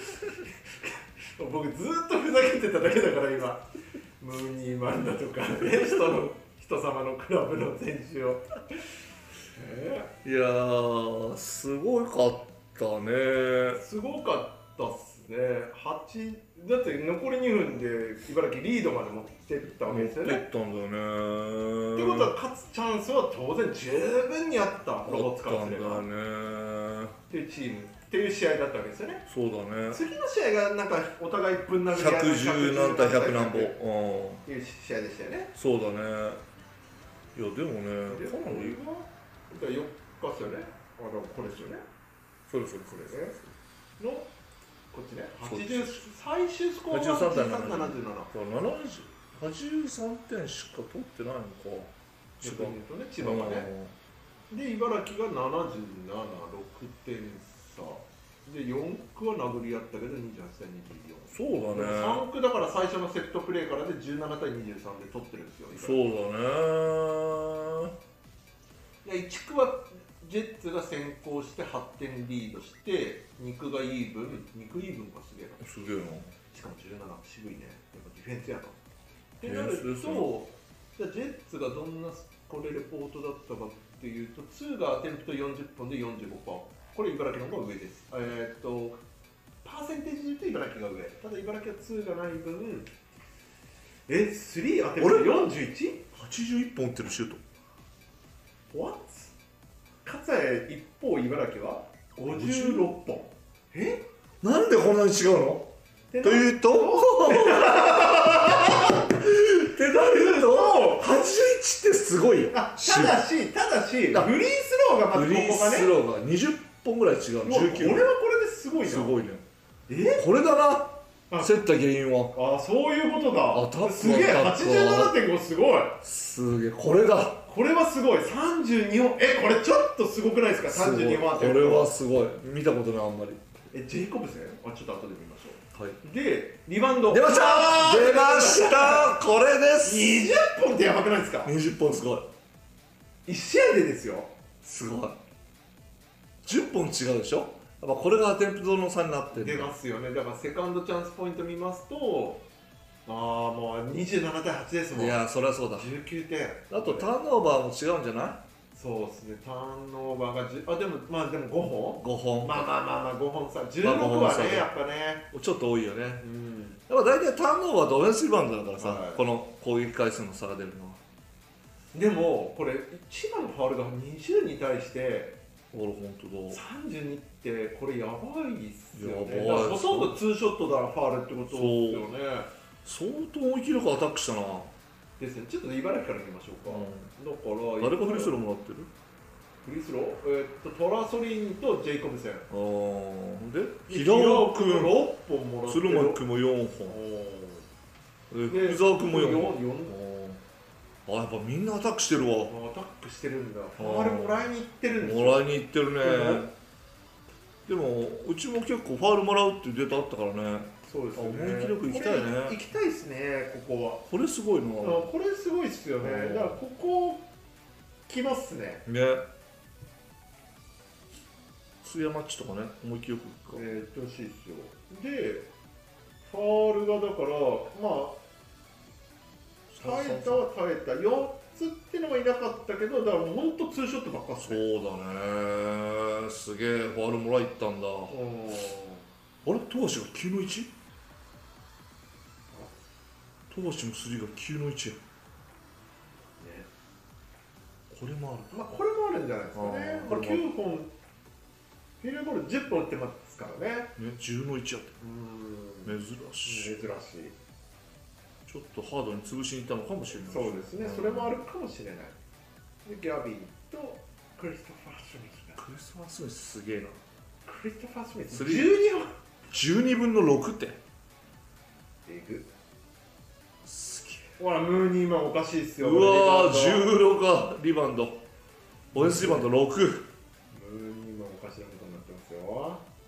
僕ずーっとふざけてただけだから今。ムーニーマンだとか、ね、人の人様のクラブの選手を。えいやーすごかったね。 ー、すごかったっすね。はちだって残りにふんで茨城リードまで持ってったわけですよね。 持ってったんだよね。 ってことは勝つチャンスは当然十分にあったロボッツからすれば。 あったんだよね。 っていうチームっていう試合だったわけですよね。 そうだね。 次の試合がなんかお互いぶん殴り合いひゃくじゅう何対ひゃく何本。 っていう試合でしたよね。 そうだね。いやでもね、かなり。 じゃあよっかですよね。あのこれですよね。 それそれそれね。のこっちね。はちじゅうそうです最終スコアははちじゅうさん対ななじゅうなな。 はちじゅうさんてんしか取ってないのか。 逆に言うとね、千葉がね。で茨城がななじゅうなな、ろくてん差。でよん区は殴り合ったけどにじゅうはち対にじゅうよん。 そうだね。 さん区だから最初のセットプレーからでじゅうなな対にじゅうさんで取ってるんですよ。 そうだね。 でいち区はジェッツが先行してはってんリードしてに区がイーブン、に区イーブンかすげえな。 すげえな。 しかもじゅうなな、渋いね。やっぱディフェンスやと。ってディなるフェンスですねと、じゃあジェッツがどんなこれレポートだったかっていうと、ツーがアテンプトよんじゅっぽんで よんじゅうごパーセント。これ茨城の方が上です。えー、っと、パーセンテージで言うと茨城が上。ただ茨城はツーがない分、え、スリーアテンプト よんじゅういち？ はちじゅういっぽん打ってるシュート。 What？ かつえ一方茨城はごじゅうろっぽん。えなんでこんなに違うの？ ってというとってなるとはちじゅういちってすごいよ。 あただし、ただし、フリースだローがまずフリーここがね、 スローがにじゅっぽんぐらい違う。 うわこれはこじゅうきゅう。 れですごいな。 すごいね。 えこれだな。 あ競った原因は。 あ、そういうことだ。 あタップすげえ、 タップはちじゅうななてんご すごい。 すげえ。これだ。 これはすごい。さんじゅうにほん。え、これちょっとすごくないですか？さんじゅうにほんあってこれはすごい。見たことないあんまり。 え、ジェイコブセン？あ、ちょっと後で見ましょう。 はい。 で、リバウンド。 出ましたあー出ましたこれですにじゅっぽんってやばくないですか？ にじゅっぽんすごい。 いち試合でですよ。 すごい。じゅっぽん違うでしょ。やっぱこれがアテンプトの差になってるんだ。 出ますよね。だからセカンドチャンスポイント見ますと、ああ、もうにじゅうなな対はちですもん。 いやそりゃそうだ。 じゅうきゅうてん。 あとターンオーバーも違うんじゃない？ そうですね。ターンオーバーがじゅう、あ、でも、まあでもごほん。 ごほん。 まあまあまあまあごほんさ。じゅうろくはまあごほん差ね、 でやっぱね。 ちょっと多いよね。 うん。 やっぱ大体ターンオーバーとオフェンスリバウンドだからさ、 はいこの攻撃回数の差が出るのは。 でも、これ、千葉のファウルがにじゅうに対して俺ほんとだ。 さんじゅうにって、これやばいっすよね。 やばいだからほとんどツーショットだファウルってことですよね。 相当思い切りよくアタックしたな。 ですね。ちょっと茨城から見ましょうか。だから、 誰がフリースローもらってる？ フリースロー、えーっとトラソリーニとジェイコブセン。 あーでで平尾君、 ろっぽんもらってる。 鶴巻君もよんほん。 おで福沢君もよんほん。 よんあーやっぱみんなアタックしてるわ。 アタックしてるんだ。ファールもらいに行ってるんですよ。 もらいに行ってるね。でもうちも結構ファウルもらうっていうデータあったからね。 そうですよね。 思い切りよく行きたいねこれ行きたいですね、ここは。 これすごいな。 あこれすごいっすよね。 うんだからここ来ますね。 ね。ツーヤマッチとかね、思い切りよく行くか。 えー、やってほしいですよ。で、ファールがだから、まあ、耐えたは耐えた。よっつってのはいなかったけど、だからもう本当ツーショットばっかっすそうね。 だね。すげえファウルもらいったんだ。 うんあれ富樫がきゅうのいち？富樫のスリーがきゅうのいちや。 ねこれもある。 まあ、これもあるんじゃないですかね。 あーまあ、きゅうほん、フィールドゴールじゅっぽん打ってますからね。 ね、じゅうのいちやって。 うん珍しい。 珍しい。 ちょっとハードに潰しに行ったのかもしれない。 そうですね、それもあるかもしれない。で、ギャビンとクリストファー・スミスが。 クリスマスミスすげえな。 クリストファー・スミス、 スリーじゅうにほん。 じゅうにぶんのろくって。 えぐ。 すげほら、ムーニーマンおかしいっすえ。 よ。 うわー、じゅう。 うろくリバウンド。オフェンスリバウンドろく。 ムーニーマンおかしなことになってますよ。 うわ、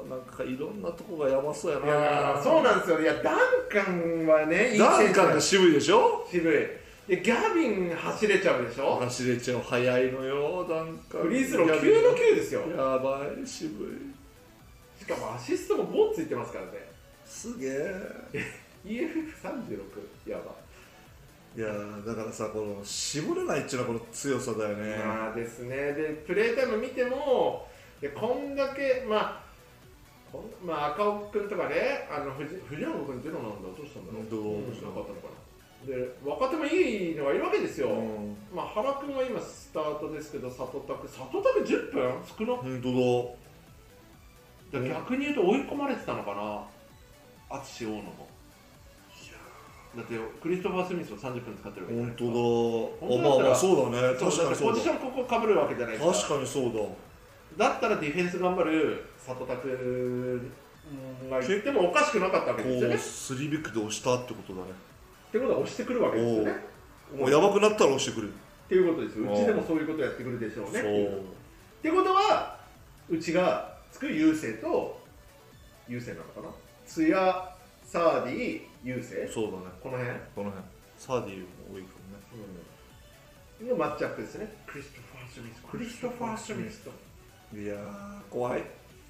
なんかいろんなとこがやばそうやいやな。 そうなんですよ。いやダンカンはねいいダン選手カンが渋いでしょ。 渋いでギャビン走れちゃうでしょ。 走れちゃう、速いのよダンカン。 フリースローきゅうのきゅうですよ。 やばい、渋い。 しかもアシストもごついてますからね。 すげえ。 イーエフエフさんじゅうろく やば。 いやーだからさ、この絞れないっていうのはこの強さだよね。 まあですね。でプレータイム見てもでこんだけまあこんまあ赤尾君とかね、あの藤藤山君ゼロなんだ、どうしたんだろう。 どううんなかったのかな。で若手もいいのがいるわけですよ。 うんまあ原君は今スタートですけど、里拓里拓じゅっぷん少な。 本当だから逆に言うと追い込まれてたのかな、淳大野も。だってクリストファー・スミスをさんじゅっぷん使ってるわけじゃないですか。 本当だ。あ、まあまあそうだね。 そう確かにそうだ。 ポジションここかぶるわけじゃないですか。 確かにそうだ。 だったらディフェンス頑張る里拓が言ってもおかしくなかったわけですよね。 こうスリービックで押したってことだね。 ってことは押してくるわけですよね。 もうやばくなったら押してくる。 っていうことですよ。うちでもそういうことやってくるでしょうね。 そう。 ってことはうちがつく優勢と優勢なのかな。津谷、サーディ、優勢。 そうだね。 この辺。 この辺。サーディーも多いかうん、のマッチアップですね。クリストファー・スミス。クリストファー・スミスと。 もね。いやー怖い。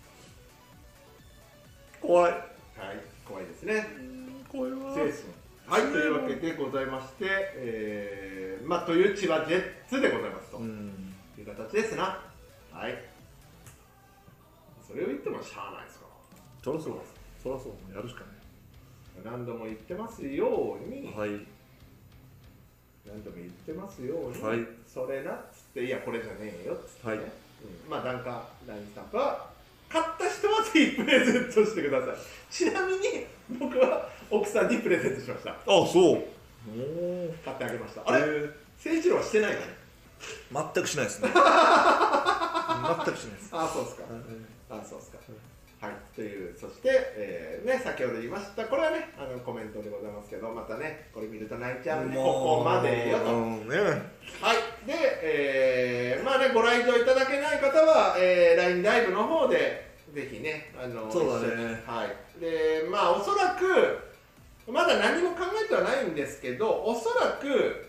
怖い。 はい、怖いですね。 怖いわ。 セースはい、というわけでございまして、えー、まあという千葉ジェッツでございますと、 うん。 いう形ですな。はい。それを言ってもしゃあないですから。 そらそう。そらそう。やるしか何度も言ってますように、 ない。はい。 何度も言ってますように、 はいそれなっつって、いやこれじゃねえよっつって、ね。 はいうん、まあなんかラインスタンプは買った人はぜひプレゼントしてください。ちなみに僕は奥さんにプレゼントしました。 あ、そう。おお。 買ってあげました。あれ、 え誠一郎はしてないかね。 ー、全くしないですね。全くしないです。 ああそうですか。あそうですか。はい、という、そして、えーね、先ほど言いました、これはね、あのコメントでございますけど、またね、これ見ると泣いちゃうんで、ここまでよと。 うんね。 はい、で、えー、まあね、ご来場いただけない方は、えー、ライン ライブの方で、ぜひね、あのそうだね一緒にはい。で、まあ、おそらく、まだ何も考えてはないんですけど、おそらく、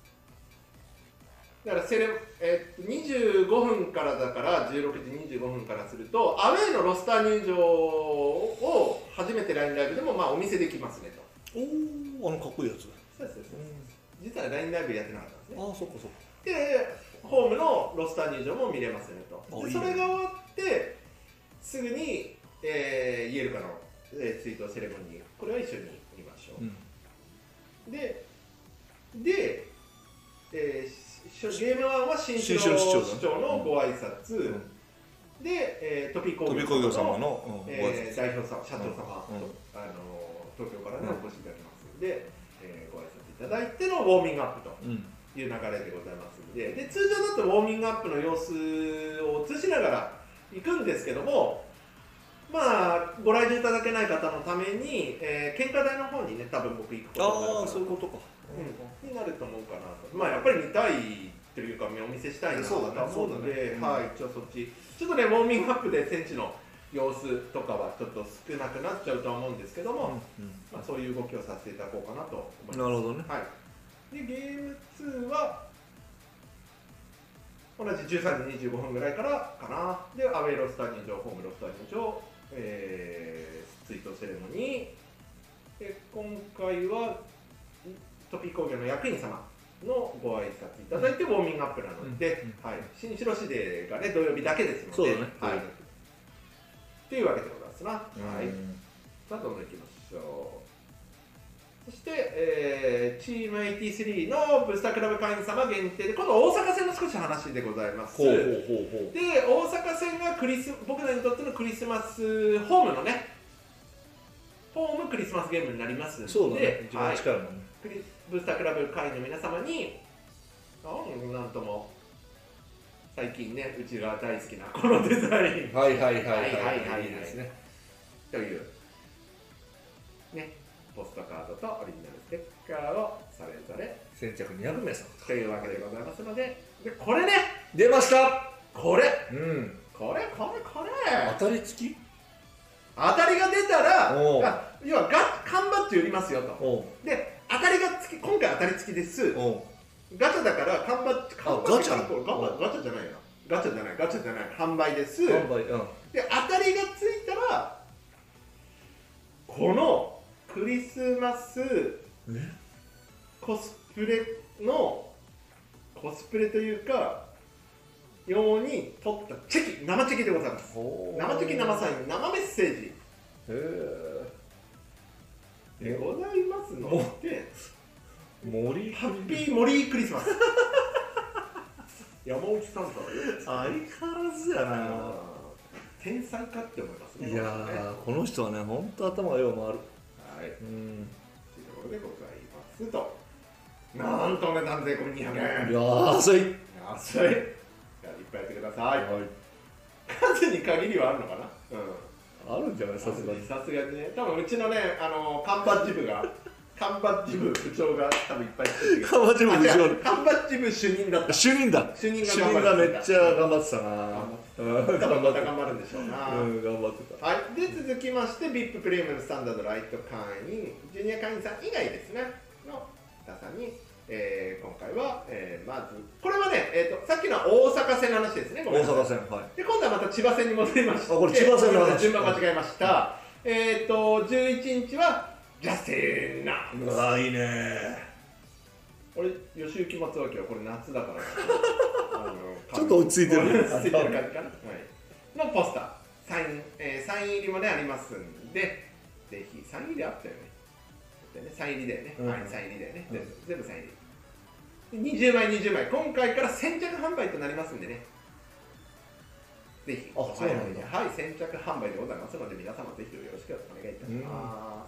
だからセレ、えー、にじゅうごふんからだからじゅうろくじにじゅうごふんからするとアウェーのロスター入場を初めて ライン ライブでもまあお見せできますねと。 おお、あのかっこいいやつ。 そうですそうですそうです。実は ライン ライブやってなかったんですね。 ああ、そっかそっか。 でホームのロスター入場も見れますねと。であいいねそれが終わってすぐに、えー、イエルカの、えー、追悼セレモニーこれは一緒に見ましょう。 うん。 でで、えーゲームワンは新城新城市長だね市長のご挨拶、 うんで、えー、トピコ飛び工業様の、うん、 えー、代表様、社長様、 うんうんあの東京からね、 うんお越しいただきますので、えー、ご挨拶いただいてのウォーミングアップとうん、 いう流れでございますので、で通常だとウォーミングアップの様子を映しながら行くんですけども、まあご来場いただけない方のために、えー、献花台の方にね、多分僕行くことになるかなああ、そういうことか。 うん、になると思うかなと。まあやっぱり見たいというかお見せしたいなとそうだね思うので、 そうだねはい、一応そっちちょっとねウォーミングアップで選手の様子とかはちょっと少なくなっちゃうとは思うんですけども、 うんまあ、そういう動きをさせていただこうかなと思います。 なるほどね。 はい、でゲームツーは同じじゅうさんじにじゅうごふんぐらいからかな。でアウェイロスター入場、ホームロスター入場、えー、追悼セレモニーで今回はトピ工業の役員様のご挨拶いただいてウォーミングアップなので、 うんはい、新城市デーがね土曜日だけですので、 そうだねはい、っていうわけでございますな。はい、 うんさあどんどんいきましょう。そして、えー、チームはちじゅうさんのブースタークラブ会員様限定で今度大阪戦の少し話でございます。 ほうほうほうほう。 で大阪戦がクリス僕らにとってのクリスマスホームのねホームクリスマスゲームになりますので、 そうだね。一はい番近いもんね。 クリブースタークラブ会員の皆様にあなんとも最近ねうちが大好きなこのデザインはいはいはいはいはいはいはいはいいいですね。 というねポストカードとオリジナルステッカーをそれぞれ先着にひゃくめいさんというわけでございますので、でこれね出ました。 これうん。 これこれこれ当たり付き？ 当たりが出たら、 おうあ要はガ缶バッジ売りますよと。 おうで当たりがつき今回当たり付きです。 おうガチャだから缶バッジ缶バッジガチャこれガバガチャじゃないな。ガチャじゃないガチャじゃない販売です。 販売うんで当たりがついたらこのクリスマスえコスプレのコスプレというかように撮ったチェキ生チェキでございます。 おー生チェキ生サイン生メッセージへでございますのでえ森ハッピーモリークリスマス山内さんとはよく相変わらずやな天才かって思いますね。 いやーこの人はねほんと頭がよう回るはいうん以上でございますと。なんとお値段税込みにひゃくえん。 いやー安い安い。じゃあいっぱいやってください。数に限りはあるのかな。うん。 あるんじゃないさすがにさすがにね。多分うちのねあの缶バッジ部が缶バッジ部部長が多分いっぱい作ってくれて。 缶バッジ部部長あ違う缶バッジ部主任だった。 主任だ主任が主頑張る任がめっちゃ頑張ってたなうん多分また頑張るんでしょうな。 うん頑張ってたはい、で続きまして ブイアイピー プレミアムスタンダードライト会員ジュニア会員さん以外ですねの皆さんに、えー今回は、えーまずこれはね、えー、とさっきのは大阪戦の話ですね。ごめん大なさい阪戦はいで今度はまた千葉戦に戻りましてあこれ千葉戦の話順番間違えましたえっ、とじゅういちにちはジャスティンナうわーいいね俺吉行松脇はこれ夏だからあのちょっと落ち着いてる落ち着いてる感じかな、はい、のポスターサイン、えーサイン入りもねありますんでぜひサイン入りあったよねだよねサイン入りだよね、 うんはいサイン入りだよね、 うん全部全部サイン入りにじゅうまいにじゅうまい今回から先着販売となりますんでねぜひあそうなんだはい先着販売でございますので皆様ぜひよろしくお願いいたします、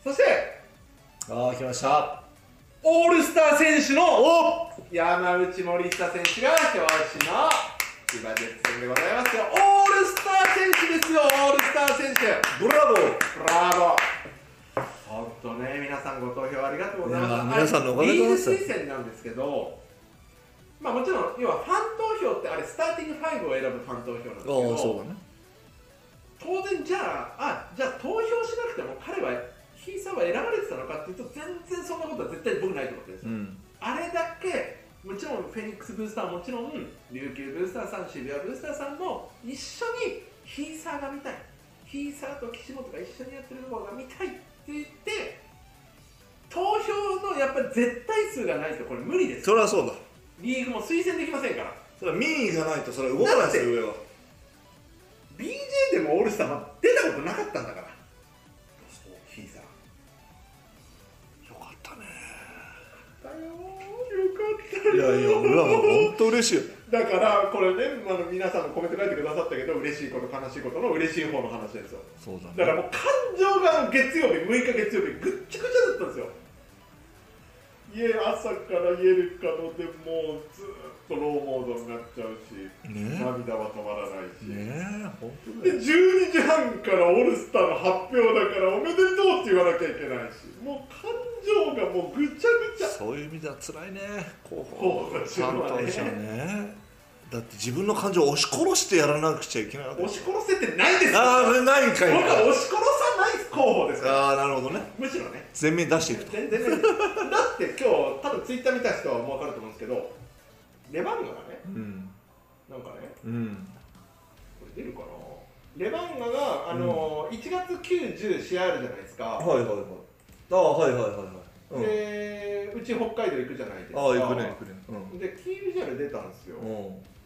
そしてあー来ましたオールスター選手のお山内森下選手が表紙の千葉ジェッツ戦でございますよ。オールスター選手ですよ。オールスター選手ブラボーブラボー。本当ね皆さんご投票ありがとうございます。 いや皆さんのおかげでございますリーグ推薦なんですけどまあもちろん要はファン投票ってあれスターティングファイブを選ぶファン投票なんですけどああそうだね当然じゃああじゃあ投票しなくても彼はヒーサーは選ばれてたのかっていうと全然そんなことは絶対僕ないと思ってるんですよ、 うんあれだけもちろんフェニックスブースターもちろん琉球ブースターさん渋谷ブースターさんも一緒にヒーサーが見たいヒーサーと岸本が一緒にやってるところが見たいって言って投票のやっぱり絶対数がないとこれ無理です。 それはそうだリーグも推薦できませんから。 それは民意がないとそれは動かないですよ上はビージェー でもオールスターは出たことなかったんだからヒーサーよかったねだよよかったいやいや俺はもう本当嬉しいよだからこれね、あの皆さんもコメント書いてくださったけど嬉しいこと悲しいことの嬉しい方の話ですよ。 そうだねだからもう感情が月曜日むいか月曜日ぐっちゃぐちゃだったんですよ。家朝から家るかのでもうずーっとローモードになっちゃうし、 ね涙は止まらないし、 ねえ本当だでよじゅうにじはんからオールスターの発表だからおめでとうって言わなきゃいけないしもう感情がもうぐちゃぐちゃ。 そういう意味では辛いね候候補補者はね担当者ねだって自分の感情を押し殺してやらなくちゃいけないわけ押し殺せてないですよ。 ああないんかい僕は押し殺さない候補ですからああなるほどねむしろね全面に出していくと全然だって今日多分ツイッター見た人はもう分かると思うんですけどレバンガがねうんなんかねうんこれ出るかなレバンガがあのーいちがつく、じゅう試合あるじゃないですか、 はいはいはいああはいはいはいはいうんでうち北海道行くじゃないですか。 ああ行くね行くねうんでキービジュアル出たんですよ。 うん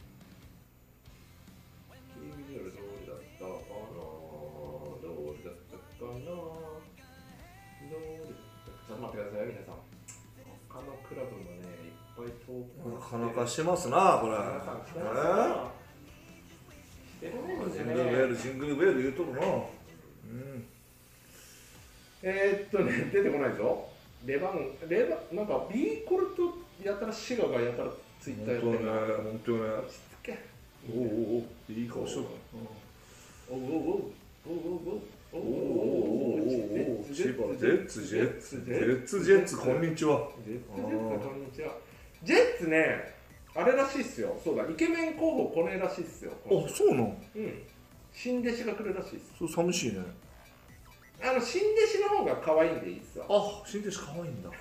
キービジュアルどうだったかなどうだったかなどうだったかちょっと待ってください皆さん。他のクラブもねいっぱい投稿なかなかしてますなこれ皆さんしてますなしてるねみんジンなグルベールね。 ジングルベール言うとるなうんえー、っとね出てこないぞ。レバンレバンなんか B コルとやたらシガがやたらツイッターやってるな。 本当ね落ち着け。 おおおおいい顔しとるおうおうおうおうおうおうおうおうおうおうおうジェッツジェッツジェッツジェッツこんにちはジェッツジェッツこんにちは。ジェッツねあれらしいっすよ。そうだイケメン候補これらしいっすよ。 あそうなのうん。 新弟子が来るらしいです。 そう寂しいね。 あの新弟子の方が可愛いんでいいっすわ。 あ、新弟子可愛いんだ。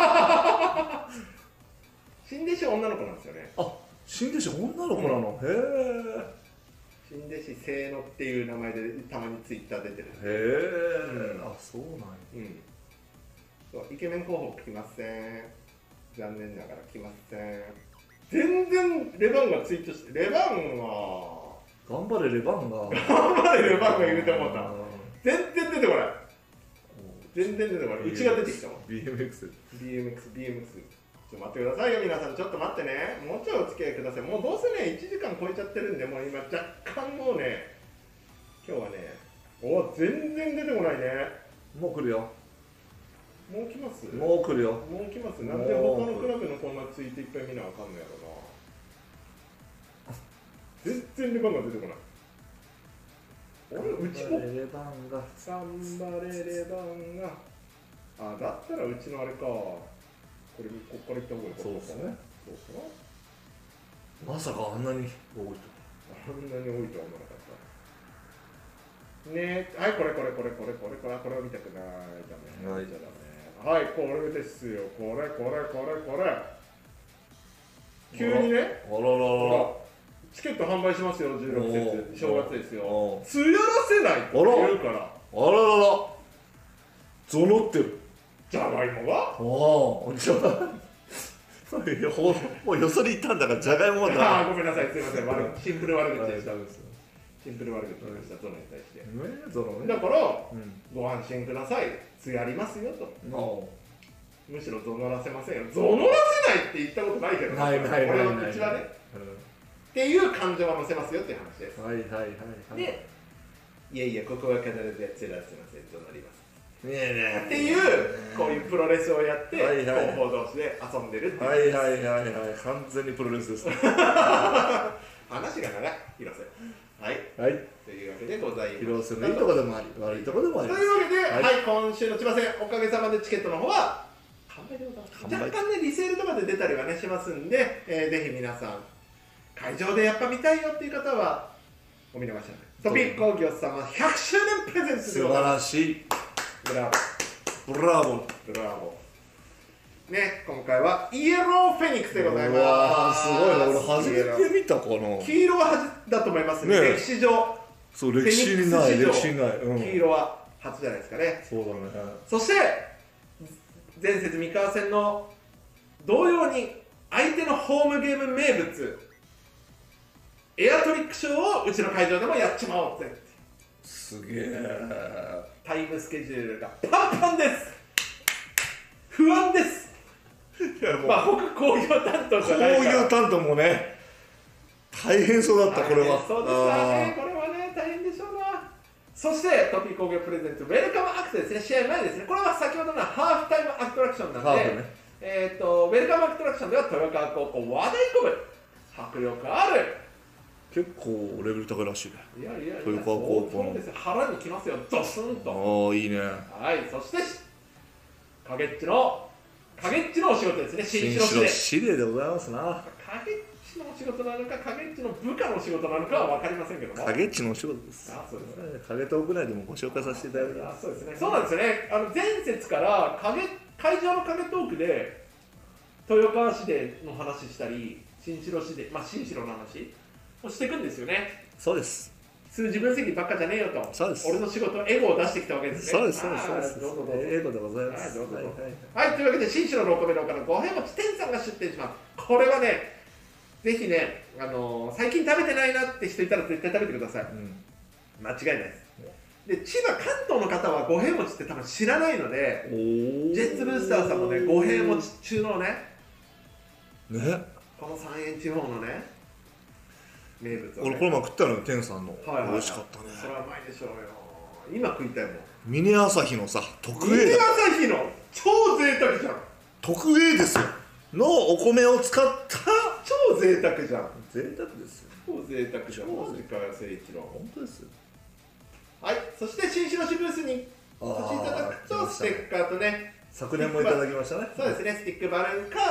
新弟子は女の子なんですよね。 あ、新弟子女の子なの、うん、へえ。 新弟子せーのっていう名前でたまにツイッター出てる。へえ、うん、あ、そうなんや。 うん。そうイケメン候補来ません。残念ながら来ません。全然レバンがツイートして、レバンは頑張れレバンが頑張れレバンが言うてもった。全然出てこない。全然出てこない。うちが出てきたもん。 ビーエムエックス。 ビーエムエックス、ビーエムエックス。ちょっと待ってくださいよ皆さん、ちょっと待ってね。もうちょいお付き合いください。もうどうせねいちじかん超えちゃってるんで、もう今若干もうね、今日はね、お全然出てこないね。 もう来るよ。 もう来ます。 もう来るよ。 もう来ます。なんで他のクラブのこんなツイートいっぱい見なあかんのやろな。全然レバンが出てこない。俺うちもレバンがサンバレレバンが、あだったらうちのあれか、これここから行った方がいいか。 そうですね。 そうっすな。 まさかあんなに多いとあんなに多いとは思わなかったね。はい、これこれこれこれこれこれこれを見たくない。ダメ、 はい、 じゃダメ。はい、これですよ。これこれこれこれ急にね、 あらららチケット販売しますよ。じゅうろく節正月ですよ。つやらせないって言うから、 あらららゾノってる。 じゃがいもが、 ああじゃがもうよそに行ったんだからじゃがいもだ。 ああごめんなさい、すいません。悪シンプル悪口でした。シンプル悪口でした。ゾノに対して。 ゾノね。 だからご安心ください。つやりますよと。むしろゾノらせませんよ。ゾノらせないって言ったことないけど、 ないないないない。 うちはね。っていう感情は乗せますよっていう話です。 はいはいはいはい。 で、いやいやここは必ずやってらせませんとなります。 ねえねえ。 っていうこういうプロレスをやってはいはい、 広報同士で遊んでるっていう。 はいはいはいはい、完全にプロレスです。 話が長い広瀬。はい。 はい。 というわけでございます。 広瀬のいいとこでもあり、悪いとこでもあります。 というわけで、 はい、 はい、今週の千葉戦おかげさまでチケットの方は完売でございます。若干ねリセールとかで出たりはねしますんで、えー、ぜひ皆さん会場でやっぱ見たいよっていう方はお見逃しなく。トピック工業様ひゃくしゅうねんプレゼントでございます。 素晴らしい。 ブラボー。 ブラボー。 ブラボー。ね、今回はイエローフェニックスでございます。 すごいな、俺初めて見たかな。 黄色は初だと思いますね。歴史上。 そう、歴史にない、歴史にない。 うん、黄色は初じゃないですかね。 そうだね。 そして、前節三河戦の同様に相手のホームゲーム名物、エアトリックショーをうちの会場でもやっちまおうぜ。 すげえ。 タイムスケジュールがパンパンです。不安です。まあ僕工業担当じゃないから。 工業担当もね、大変そうだったこれは。 そうですね。これはね大変でしょうな。そしてトピー工業プレゼントウェルカムアクトですね。試合前ですね。これは先ほどのハーフタイムアトラクションなんで、ね、えっ、ー、とウェルカムアトラクションでは豊川高校和太鼓部迫力ある。 結構レベル高いらしいね。 いやいやいや、 豊川高校の腹にきますよ、ドスンと。 ああ、いいね。 はい、そして影っちの影っちのお仕事ですね。新城司令でございますな。 影っちのお仕事なのか影っちの部下のお仕事なのかは分かりませんけども、 影っちのお仕事です。 あ、そうですね。 影トーク内でもご紹介させていただきます。 そうですね。そうなんですよね。あの前節から影会場の影トークで豊川市での話したり、新城市でまあ新城の話をしていくんですよね。 そうです。 数字分析ばっかじゃねえよと。 そうです。 俺の仕事エゴを出してきたわけですね。 そうですそうですそうです。 どうぞどうぞ。 エゴでございます。 はい、どうぞどうぞ。はい、はい、というわけで新城のお米農家の五平餅天さんが出店します。これはね、ぜひね、あのー、最近食べてないなって人いたら絶対食べてください。うん、間違いないです。で千葉関東の方は五平餅って多分知らないので、ジェッツブースターさんもね五平餅中のね、 ね、 この三円地方のね。名物、ね、 俺この前食ったのよ、天さんの、 はいはいはい、 美味しかったね。 それはうまいでしょうよ。今食いたいもん。 峰朝日のさ、特 A だ。峰朝日の超贅沢じゃん。 特 A ですよのお米を使った超贅沢じゃん。 贅沢ですよ。 超贅沢じゃん。マジかよ、誠一郎。 本当ですよ。 はい、そして新城市ブースにお越しいただくとステッカーとね、 昨年もいただきましたね。 そうですね、スティックバルーンか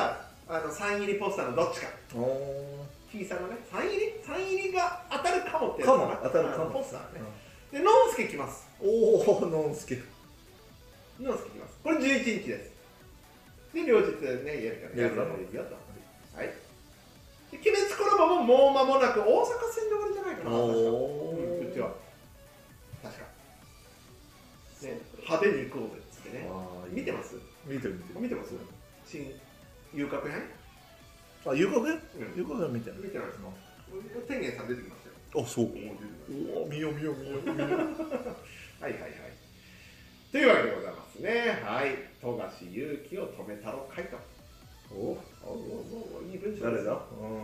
あのサイン入りポスターのどっちか、 おお T さんのね、サイン入りサイン入りが当たるかもってやつかも当たるかもあのポスターね、でノンスケ来ます。 おおノンスケノンスケ来ます。これじゅういちにちです。で両日ねやるからやるからいいよと。はい。で鬼滅コラボももう間もなく大阪戦で終わりじゃないかな。確かおうん、うちは確か、ね、派手に行こうぜっつってね。見てます？ 見てる見てる見てます？新遊郭編？ あ、遊郭編？ うん遊郭編見てる見てないですか？天元さん出てきましたよ。 あ、そうおおお見よう見よう見よう見ようはいはいはい。というわけでございますね。はい。富樫勇樹を止めたろかいと。 おおおいい文章誰だ？ ですよ。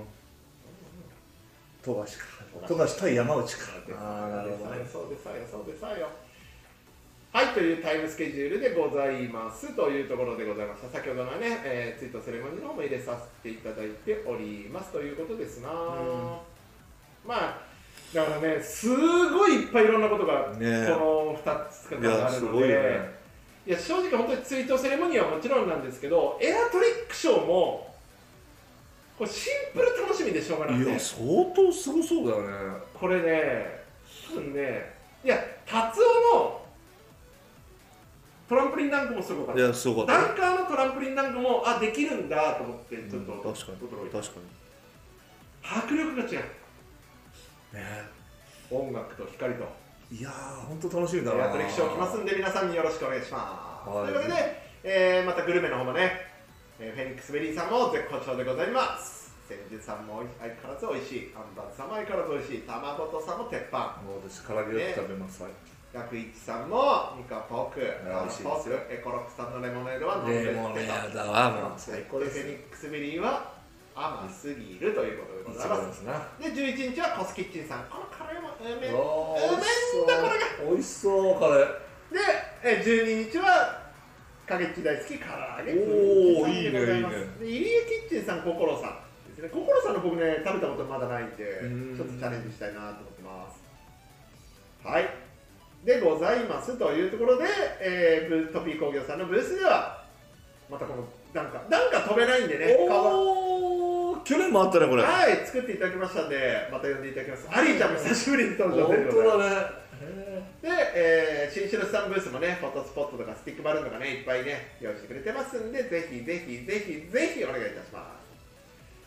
富樫か富樫対山内か。 ああ、なるほどね。 どそうでさよ、そうでさよ。はい、というタイムスケジュールでございますというところでございました。先ほどのね、えー、ツイートセレモニーの方も入れさせていただいておりますということですな。まあ、だからね、すごいいっぱいいろんなことが、こねのふたつかあるので、いや、ね、いや正直本当にツイートセレモニーはもちろんなんですけど、エアトリックショーもこれシンプル楽しみでしょうがなくて、 いや相当すごそうだよね。 これね、多分ね、いや、達夫のトランプリンダンクもすごかった。 いやすごかった。 ダンカーのトランプリンダンクも、あ、できるんだと思って、ちょっと、 うん、確かに驚いた。 確か迫力が違う。 にね。 音楽と光と。 いやー本当楽しみだな。 エアトリックショー来ますんで、皆さんによろしくお願いします。 はい、 というわけで、えー、またグルメの方もね、えー、フェニックスベリーさんも絶好調でございます。千住さんも相変わらず美味しい。アンバーさんも相変わらず美味しい。卵とさんも鉄板。 もう私唐揚げよく食べます。はい。 薬一さんもミカポーク、 美味しいですよ。 エコロックさんのレモネードは飲んでレモネードはもう最高です。 フェニックスベリーは甘すぎるということでございます。 な。 でじゅういちにちはコスキッチンさん、このカレーもうめえ、うめえんおだこれが。 美味しそうカレー。 でじゅうににちは影っち大好き唐揚げ。 おおいいねいいね。 で入江キッチンさん、心さんですね。心さんの僕ね食べたことまだないんで、 うんちょっとチャレンジしたいなと思ってます。はいでございますというところで、えー、トピー工業さんのブースではまたこのダンカダンカ飛べないんでね、 おお去年もあったねこれ。 はい作っていただきましたんで、また呼んでいただきます。アリーちゃんも久しぶりに登場本でございます。 当だね。 で、えー、新城さんブースもね、フォトスポットとかスティックバルーンとかね、いっぱいね、用意してくれてますんで、ぜひぜひぜひぜひお願いいたします。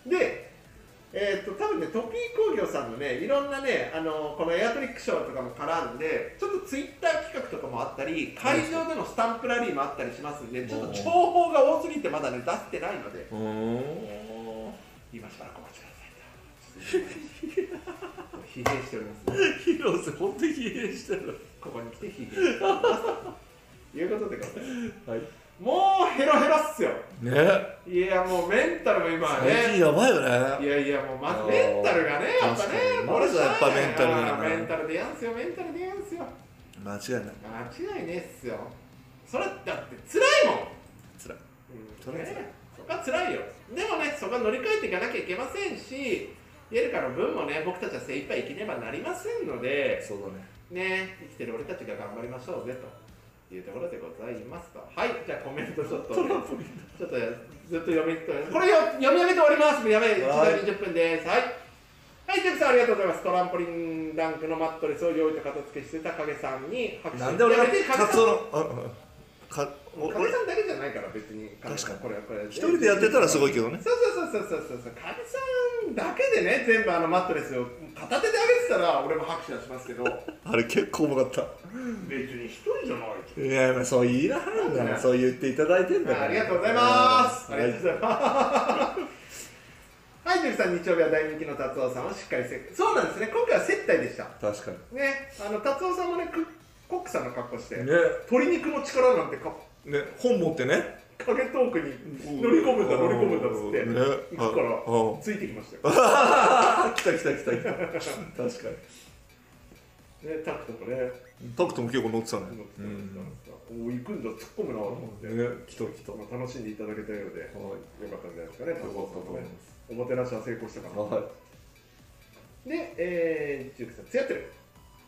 で、えー、と多分ね、トピー工業さんのね、いろんなね、あのこのエアトリックショーとかも絡んで、ちょっとツイッター企画とかもあったり、会場でのスタンプラリーもあったりしますんで、ちょっと情報が多すぎてまだね、出してないので、 うーん。 今しばらくお待ちくださいと。疲弊しておりますね。 広瀬本当に疲弊してる。 ここに来て疲弊しておりますということでございます。 はい。 もうヘロヘロっすよ。 ね。 いやもうメンタルも今はね。 最近やばいよね。 いやいやもうまずメンタルがね、やっぱね。 まずはやっぱメンタルだよね。 メンタルでやんすよ、メンタルでやんすよ。 間違いない。 間違いねえっすよ。それだって辛いもん。 辛い。 うん、 それは辛いね、そこは辛いよ。でもね、そこは乗り換えていかなきゃいけませんし、イエルカの分もね、僕たちは精一杯生きねばなりませんので、 そうだね。 ね、生きてる俺たちが頑張りましょうぜというところでございますと。はい、じゃあコメントちょっと、ね、ちょっとずっと読みこれよ読み上げて終わります。やべえ、いちじかんにじゅっぷんです。はい。はい、ジェフさんありがとうございます。トランポリンランクのマットレスを用意と片付けしてた影さんに拍手。 なんで俺がやめてカツオのあか影さんだけじゃないから別に。 確かにこれこれ一人でやってたらすごいけどね。 そうそうそうそうそうそう。影さんだけでね全部あのマットレスを片手で上げてたら俺も拍手はしますけど。 あれ結構重かった。 別に一人じゃないと。 いやまあそう言いなはるんだよ。そう言っていただいてんだよ。 ありがとうございます。あはいりがとうございます。はい、ジェフさん、日曜日は大人気の達夫さんをしっかり接待。そうなんですね、今回は接待でした。 確かに。 ね、あの達夫さんもね、クコックさんの格好して、 ね鶏肉の力なんてかね本持ってね。 影トークに乗り込むんだ乗り込むんだっつって、 ね行くからうんついてきましたよ。 来た来た来た来た。確かに。 ね、タクトもね、 タクトも結構乗ってたね。 乗ってたんですが、おお行くんだ突っ込むなと思って、 ね来た来た。 まあ楽しんでいただけたようで、 はい。 よかったんじゃないですかね。 よかったと思います。 おもてなしは成功したかな。 はい。 で、えー、ジュークさん、つやってる。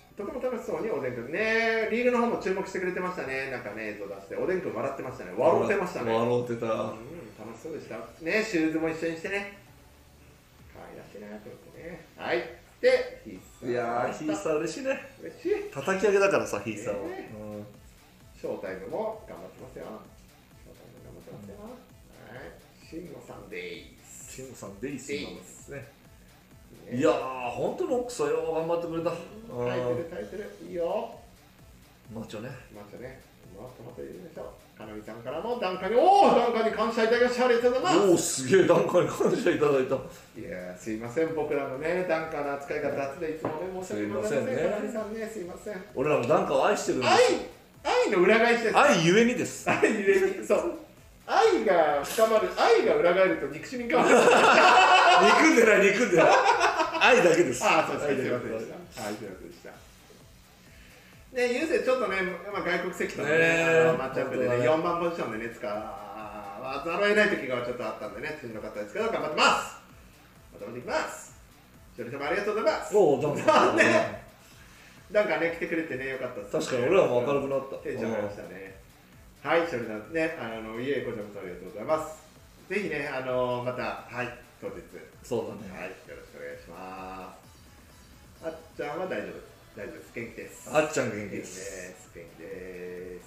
とても楽しそうにおでんくんね、リーグの方も注目してくれてましたね。なんかね、映像出しておでんくん笑ってましたね。笑ってましたね。 笑ってた。 うん、楽しそうでしたね。シューズも一緒にしてね、可愛らしいなと思ってね。はい。で、ヒースいやー、ヒーサー嬉しいね。 嬉しい。 叩き上げだからさ、ヒーサーは。 ねうんショータイムも頑張ってますよ。ショータイム頑張ってますよ。はい。慎吾さんでーす。 慎吾さんデイスなんですね。 ねいやー、本当に奥さんよ、頑張ってくれた。 耐えてる耐えてる。いいよ。 マッチョね。 またね、もっともっといるでしょう。かなみちゃんからもダンカに、おお、ダンカに感謝いただきました。ありがとうございます。 おお、すげえ、ダンカーに感謝いただいた。 いやー、すいません、僕らのね、ダンカーの扱いが雑でいつもね、申し訳ございません。 すいませんねかなみさんね、すいません。 俺らもダンカーを愛してるんです。 愛、愛の裏返しです。 愛ゆえにです。 愛ゆえに、そう。愛が深まる、愛が裏返ると憎しみが変わる。 憎んでない、憎んでない。愛だけです。 ああ、そうです。 愛すいませんでした。はい、すいませんでした。ね、ゆうせいちょっとね、まあ、外国籍とのね、 ねえあのマッチアップでね、 本当だねよんばんポジションでね、使わざるを得ない時がちょっとあったんでね、しんどかったですけど、頑張ってます。またまたいきます。しおり様ありがとうございます。 おお、ダンカー。 ね、なんかね、来てくれてね、よかったです、 確かに俺らも明るくなった。 テンション上がりましたね。はい、しおりさんね、あの、いえ、こちらこそありがとうございます。ぜひね、あの、また、はい、当日、 そうだね。 はい、よろしくお願いします。あっちゃんは大丈夫。大丈夫です。元気です。 あっちゃん元気で。 元気ですす。元気です。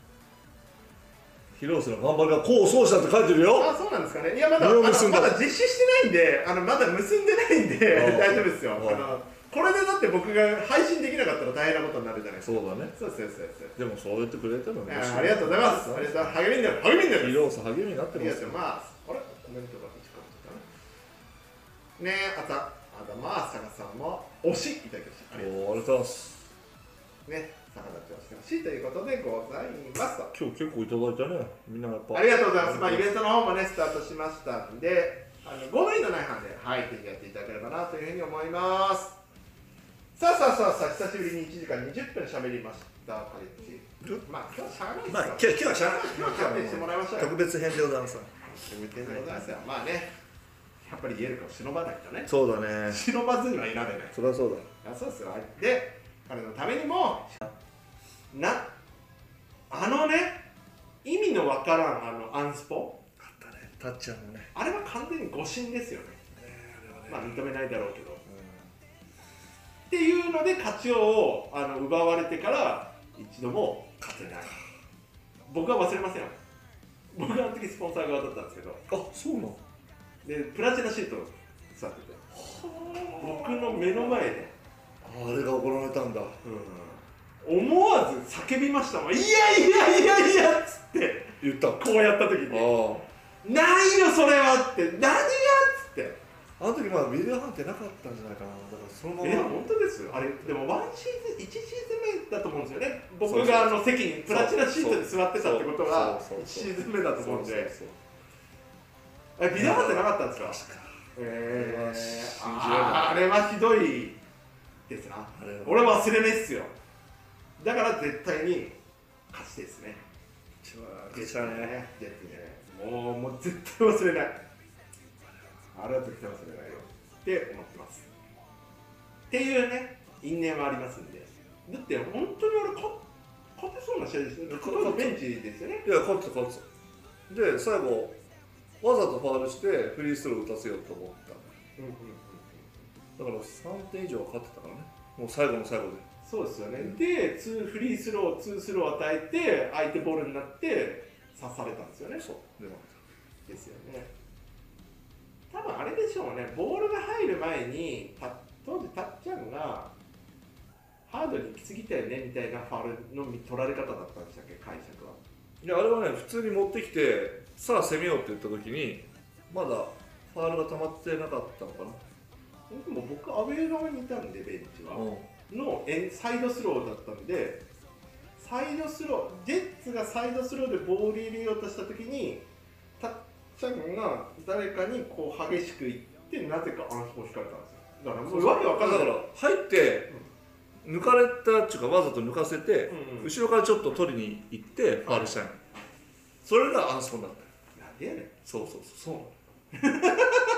広瀬の頑張りが功を奏したって書いてるよ。 あ、そうなんですかね。いや、まだ、あのま実を結んだだ実施してないんで、あの、まだ結んでないんで、 ああ大丈夫ですよ。あああの、これでだって僕が配信できなかったら大変なことになるじゃないですか。 そうだね。 そうです、そうです、そうです。 でもそう言ってくれたのね。 あありがとうございます。ありがとうございます。励みになる。励みになる。 広瀬励みになってありますよ。 がとうございます。あれコメントがいちかったかな。ねえ、あた、あたまあ、さがさんも推しいただきました。ありがとうおお、ありがとうございます。 ね、逆立ちをしてほしいということでございますと。 今日結構いただいたね。みんなやっぱ。 ありがとうございます。まあ、イベントの方もね、スタートしましたんで、あのご無理のない範囲で、はい、ぜひやっていただければなというふうに思います。さあさあさあさあ、久しぶりにいちじかんにじゅっぷんしゃべりました、カレッジ。まあ、今日はしゃあないですよ。 まあ、今日今日はしゃあない。 今日は勘弁してもらいましょうよ。 特別編でございます。 特別でございますよ。まあね、やっぱり言えるかを忍ばないとね。 そうだね。 忍ばずにはいられない。 そりゃそうだ。 あ、そうですよ。で、彼のためにも、な、あのね、意味のわからんあのアンスポ、 あったね。たっちゃんもね。 あれは完全に誤信ですよね。まあ認めないだろうけど。っていうので勝ちをあの奪われてから一度も勝てない。僕は忘れませんよ。僕はあの時スポンサー側だったんですけど、 あ、そうなの。 でプラチナシート座ってて、僕の目の前で、 あれが行われたんだ。 うん、思わず叫びましたもん。いやいやいやいやっつって言った。 こうやった時に、 あないよそれはって、何がっつって。 あ。あの時まだビデオ判定なかったんじゃないかな。だからそのまま。 え、本当ですよ。あれでもワンシーズンいちシーズン目だと思うんですよね。僕があの席にプラチナシートに座ってたってことはそうそういちシーズン目だと思うんで。 そうそうえ、ビデオ判定なかったんですか。 そう確かえー、 信じられないあれはひどいですな。 あれは俺は忘れないっすよ。だから絶対に勝ちですね。 一番勝ちだね。 絶対ね。もうもう絶対忘れない。あれは絶対忘れないよって思ってます。っていうね、因縁はありますんで。だって本当に俺勝勝てそうな試合ですよね。 勝ここベンチですよね。 いや、勝ってた勝ってた。で、最後わざとファウルしてフリースロー打たせようと思った。 うんうんうん、 だからさんてん以上は勝ってたからね。もう最後の最後で。 そうですよね。で、ツーフリースロー、ツースロー与えて相手ボールになって刺されたんですよね。 そう。でもですよね。多分あれでしょうね。ボールが入る前にた当時たっちゃんがハードに行き過ぎたよねみたいなファウルの取られ方だったんでしたっけ、解釈は。 いや、あれはね、普通に持ってきて、さあ攻めようって言った時に、まだファウルが溜まってなかったのかな。 でも僕アウェー側にいたんで、ベンチは、のエンサイドスローだったんで、サイドスロー、ジェッツがサイドスローでボール入れようとした時にたっちゃんが誰かにこう激しくいってなぜかアンスポ引かれたんですよ。だからもうわけわかんない。 だから入って抜かれたっていうか、わざと抜かせて、 うんうん、 後ろからちょっと取りに行ってファウルしたの、はい、それがアンスポになった。 なんでやねん。 そうそうそうそう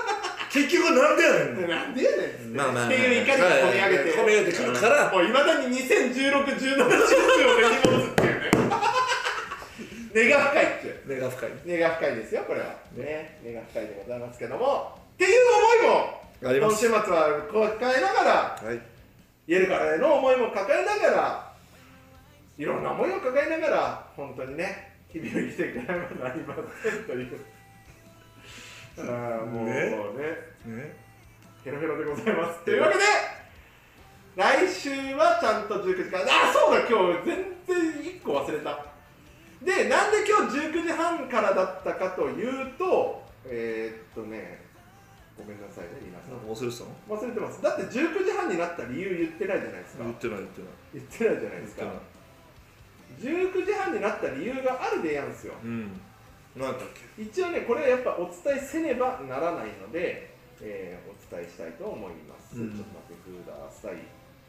結局なんでやねんなんでやねんっつってまあまあっていう怒りが込み上げて込み上げてくるからもういまだににせんじゅうろく、じゅうななシーズンを根に持つっていうね根が深いっていう根が深い根が深いですよこれはね根が深いでございますけどもっていう思いもあります今週末は抱えながらはい言えるからへの思いも抱えながらいろんな思いを抱えながら本当にね日々を生きていかなければなりませんというあーもうねねねヘロヘロでございますというわけで来週はちゃんとじゅうくじからあそうだ今日全然いっこ忘れたでなんで今日じゅうくじはんからだったかというとえー、っとねごめんなさいね皆さん忘れてたの忘れてますだってじゅうくじはんになった理由言ってないじゃないですか言ってない言ってない言ってないじゃないですかじゅうくじはんになった理由があるでやんすようん何だっけ一応ねこれはやっぱお伝えせねばならないので、えー、お伝えしたいと思います、 うんちょっと待ってください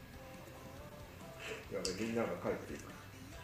やばいみんなが帰っていく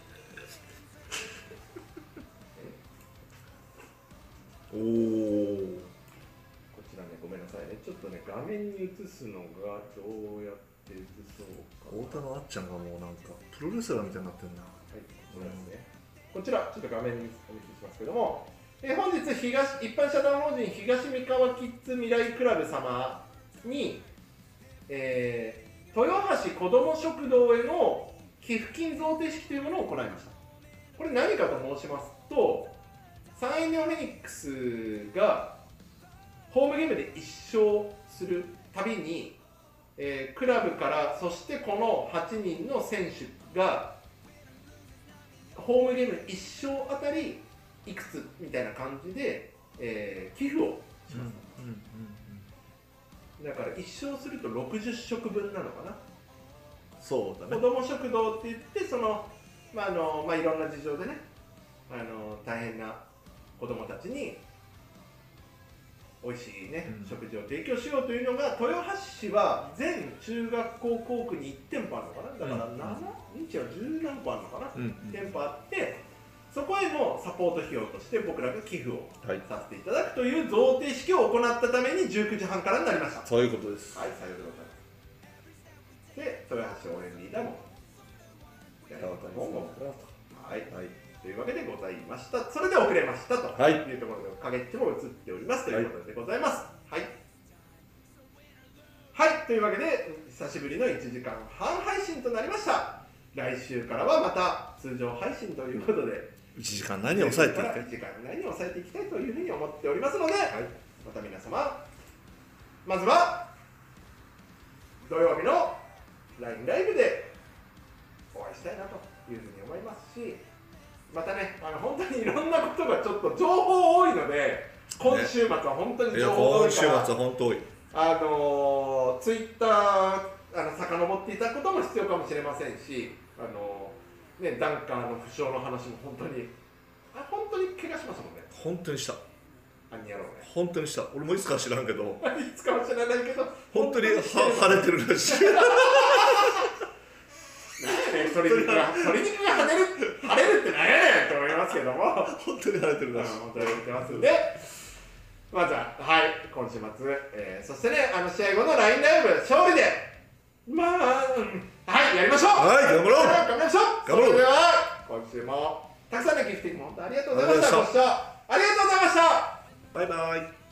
おおこちらねごめんなさいねちょっとね画面に映すのがどうやって映そうか太田のあっちゃんがもうなんかプロレスラーみたいになってんなはい、こちらですね。こちら、ちょっと画面にお見せしますけども、えー本日東、一般社団法人東三河キッズ未来クラブ様に、えー、豊橋子ども食堂への寄付金贈呈式というものを行いました。これ何かと申しますと、サンエニオフェニックスがホームゲームでいち勝するたびに、えークラブからそしてこのはちにんの選手がホームゲームいち勝あたりいくつみたいな感じで、えー寄付をします、 うんうんだからいち勝するとろくじゅっしょくぶんなのかな、 そうだね子ども食堂って言ってその、まああのまあ、いろんな事情でねあの大変な子どもたちに美味しいね、 うん食事を提供しようというのが豊橋市は全中学校校区にいってんぽあるのかなだからうんなな、うん、日はじゅうなんぽあるのかな、 うんうん店舗あってそこへのサポート費用として僕らが寄付をはいさせていただくという贈呈式を行ったためにじゅうくじはんからになりましたそういうことですはいさようでございますで豊橋応援リーダーもやりたいと思うはいはいというわけでございましたそれで遅れましたとはいいうところで影っちも映っておりますということでございますはいはい、というわけで久しぶりのいちじかんはん配信となりました来週からはまた通常配信ということでいちじかん何を抑えていくかいちじかん何を抑えていきたいというふうに思っておりますので、また皆様まずは土曜日の ライン ライブでお会いしたいなというふうに思いますしまたねあの本当にいろんなことがちょっと情報多いので今週末は本当にいや情報多今週末いから、 は本当多いあのー、ツイッターあの遡っていただくことも必要かもしれませんし、あのーね、ダンカーの負傷の話も本当にあ本当に怪我しましたもんね本当にしたあんにやろうね本当にした俺もいつかは知らんけどいつかもしれないけど本当にはしてる腫れてるらしいね鶏肉が鶏肉が跳ねる跳ねるってなんやねんと思いますけども本当に腫れてるらしい本当に言ってますんでまずははい今週末、えー、そしてねあの試合後の ライン ライブ勝利でまあ、うんはいやりましょうはい頑張ろう頑張りましょう頑張ろうそれでは今週もたくさんのギフティング本当ありがとうございましたありがとうございましたご視聴ありがとうございましたバイバイ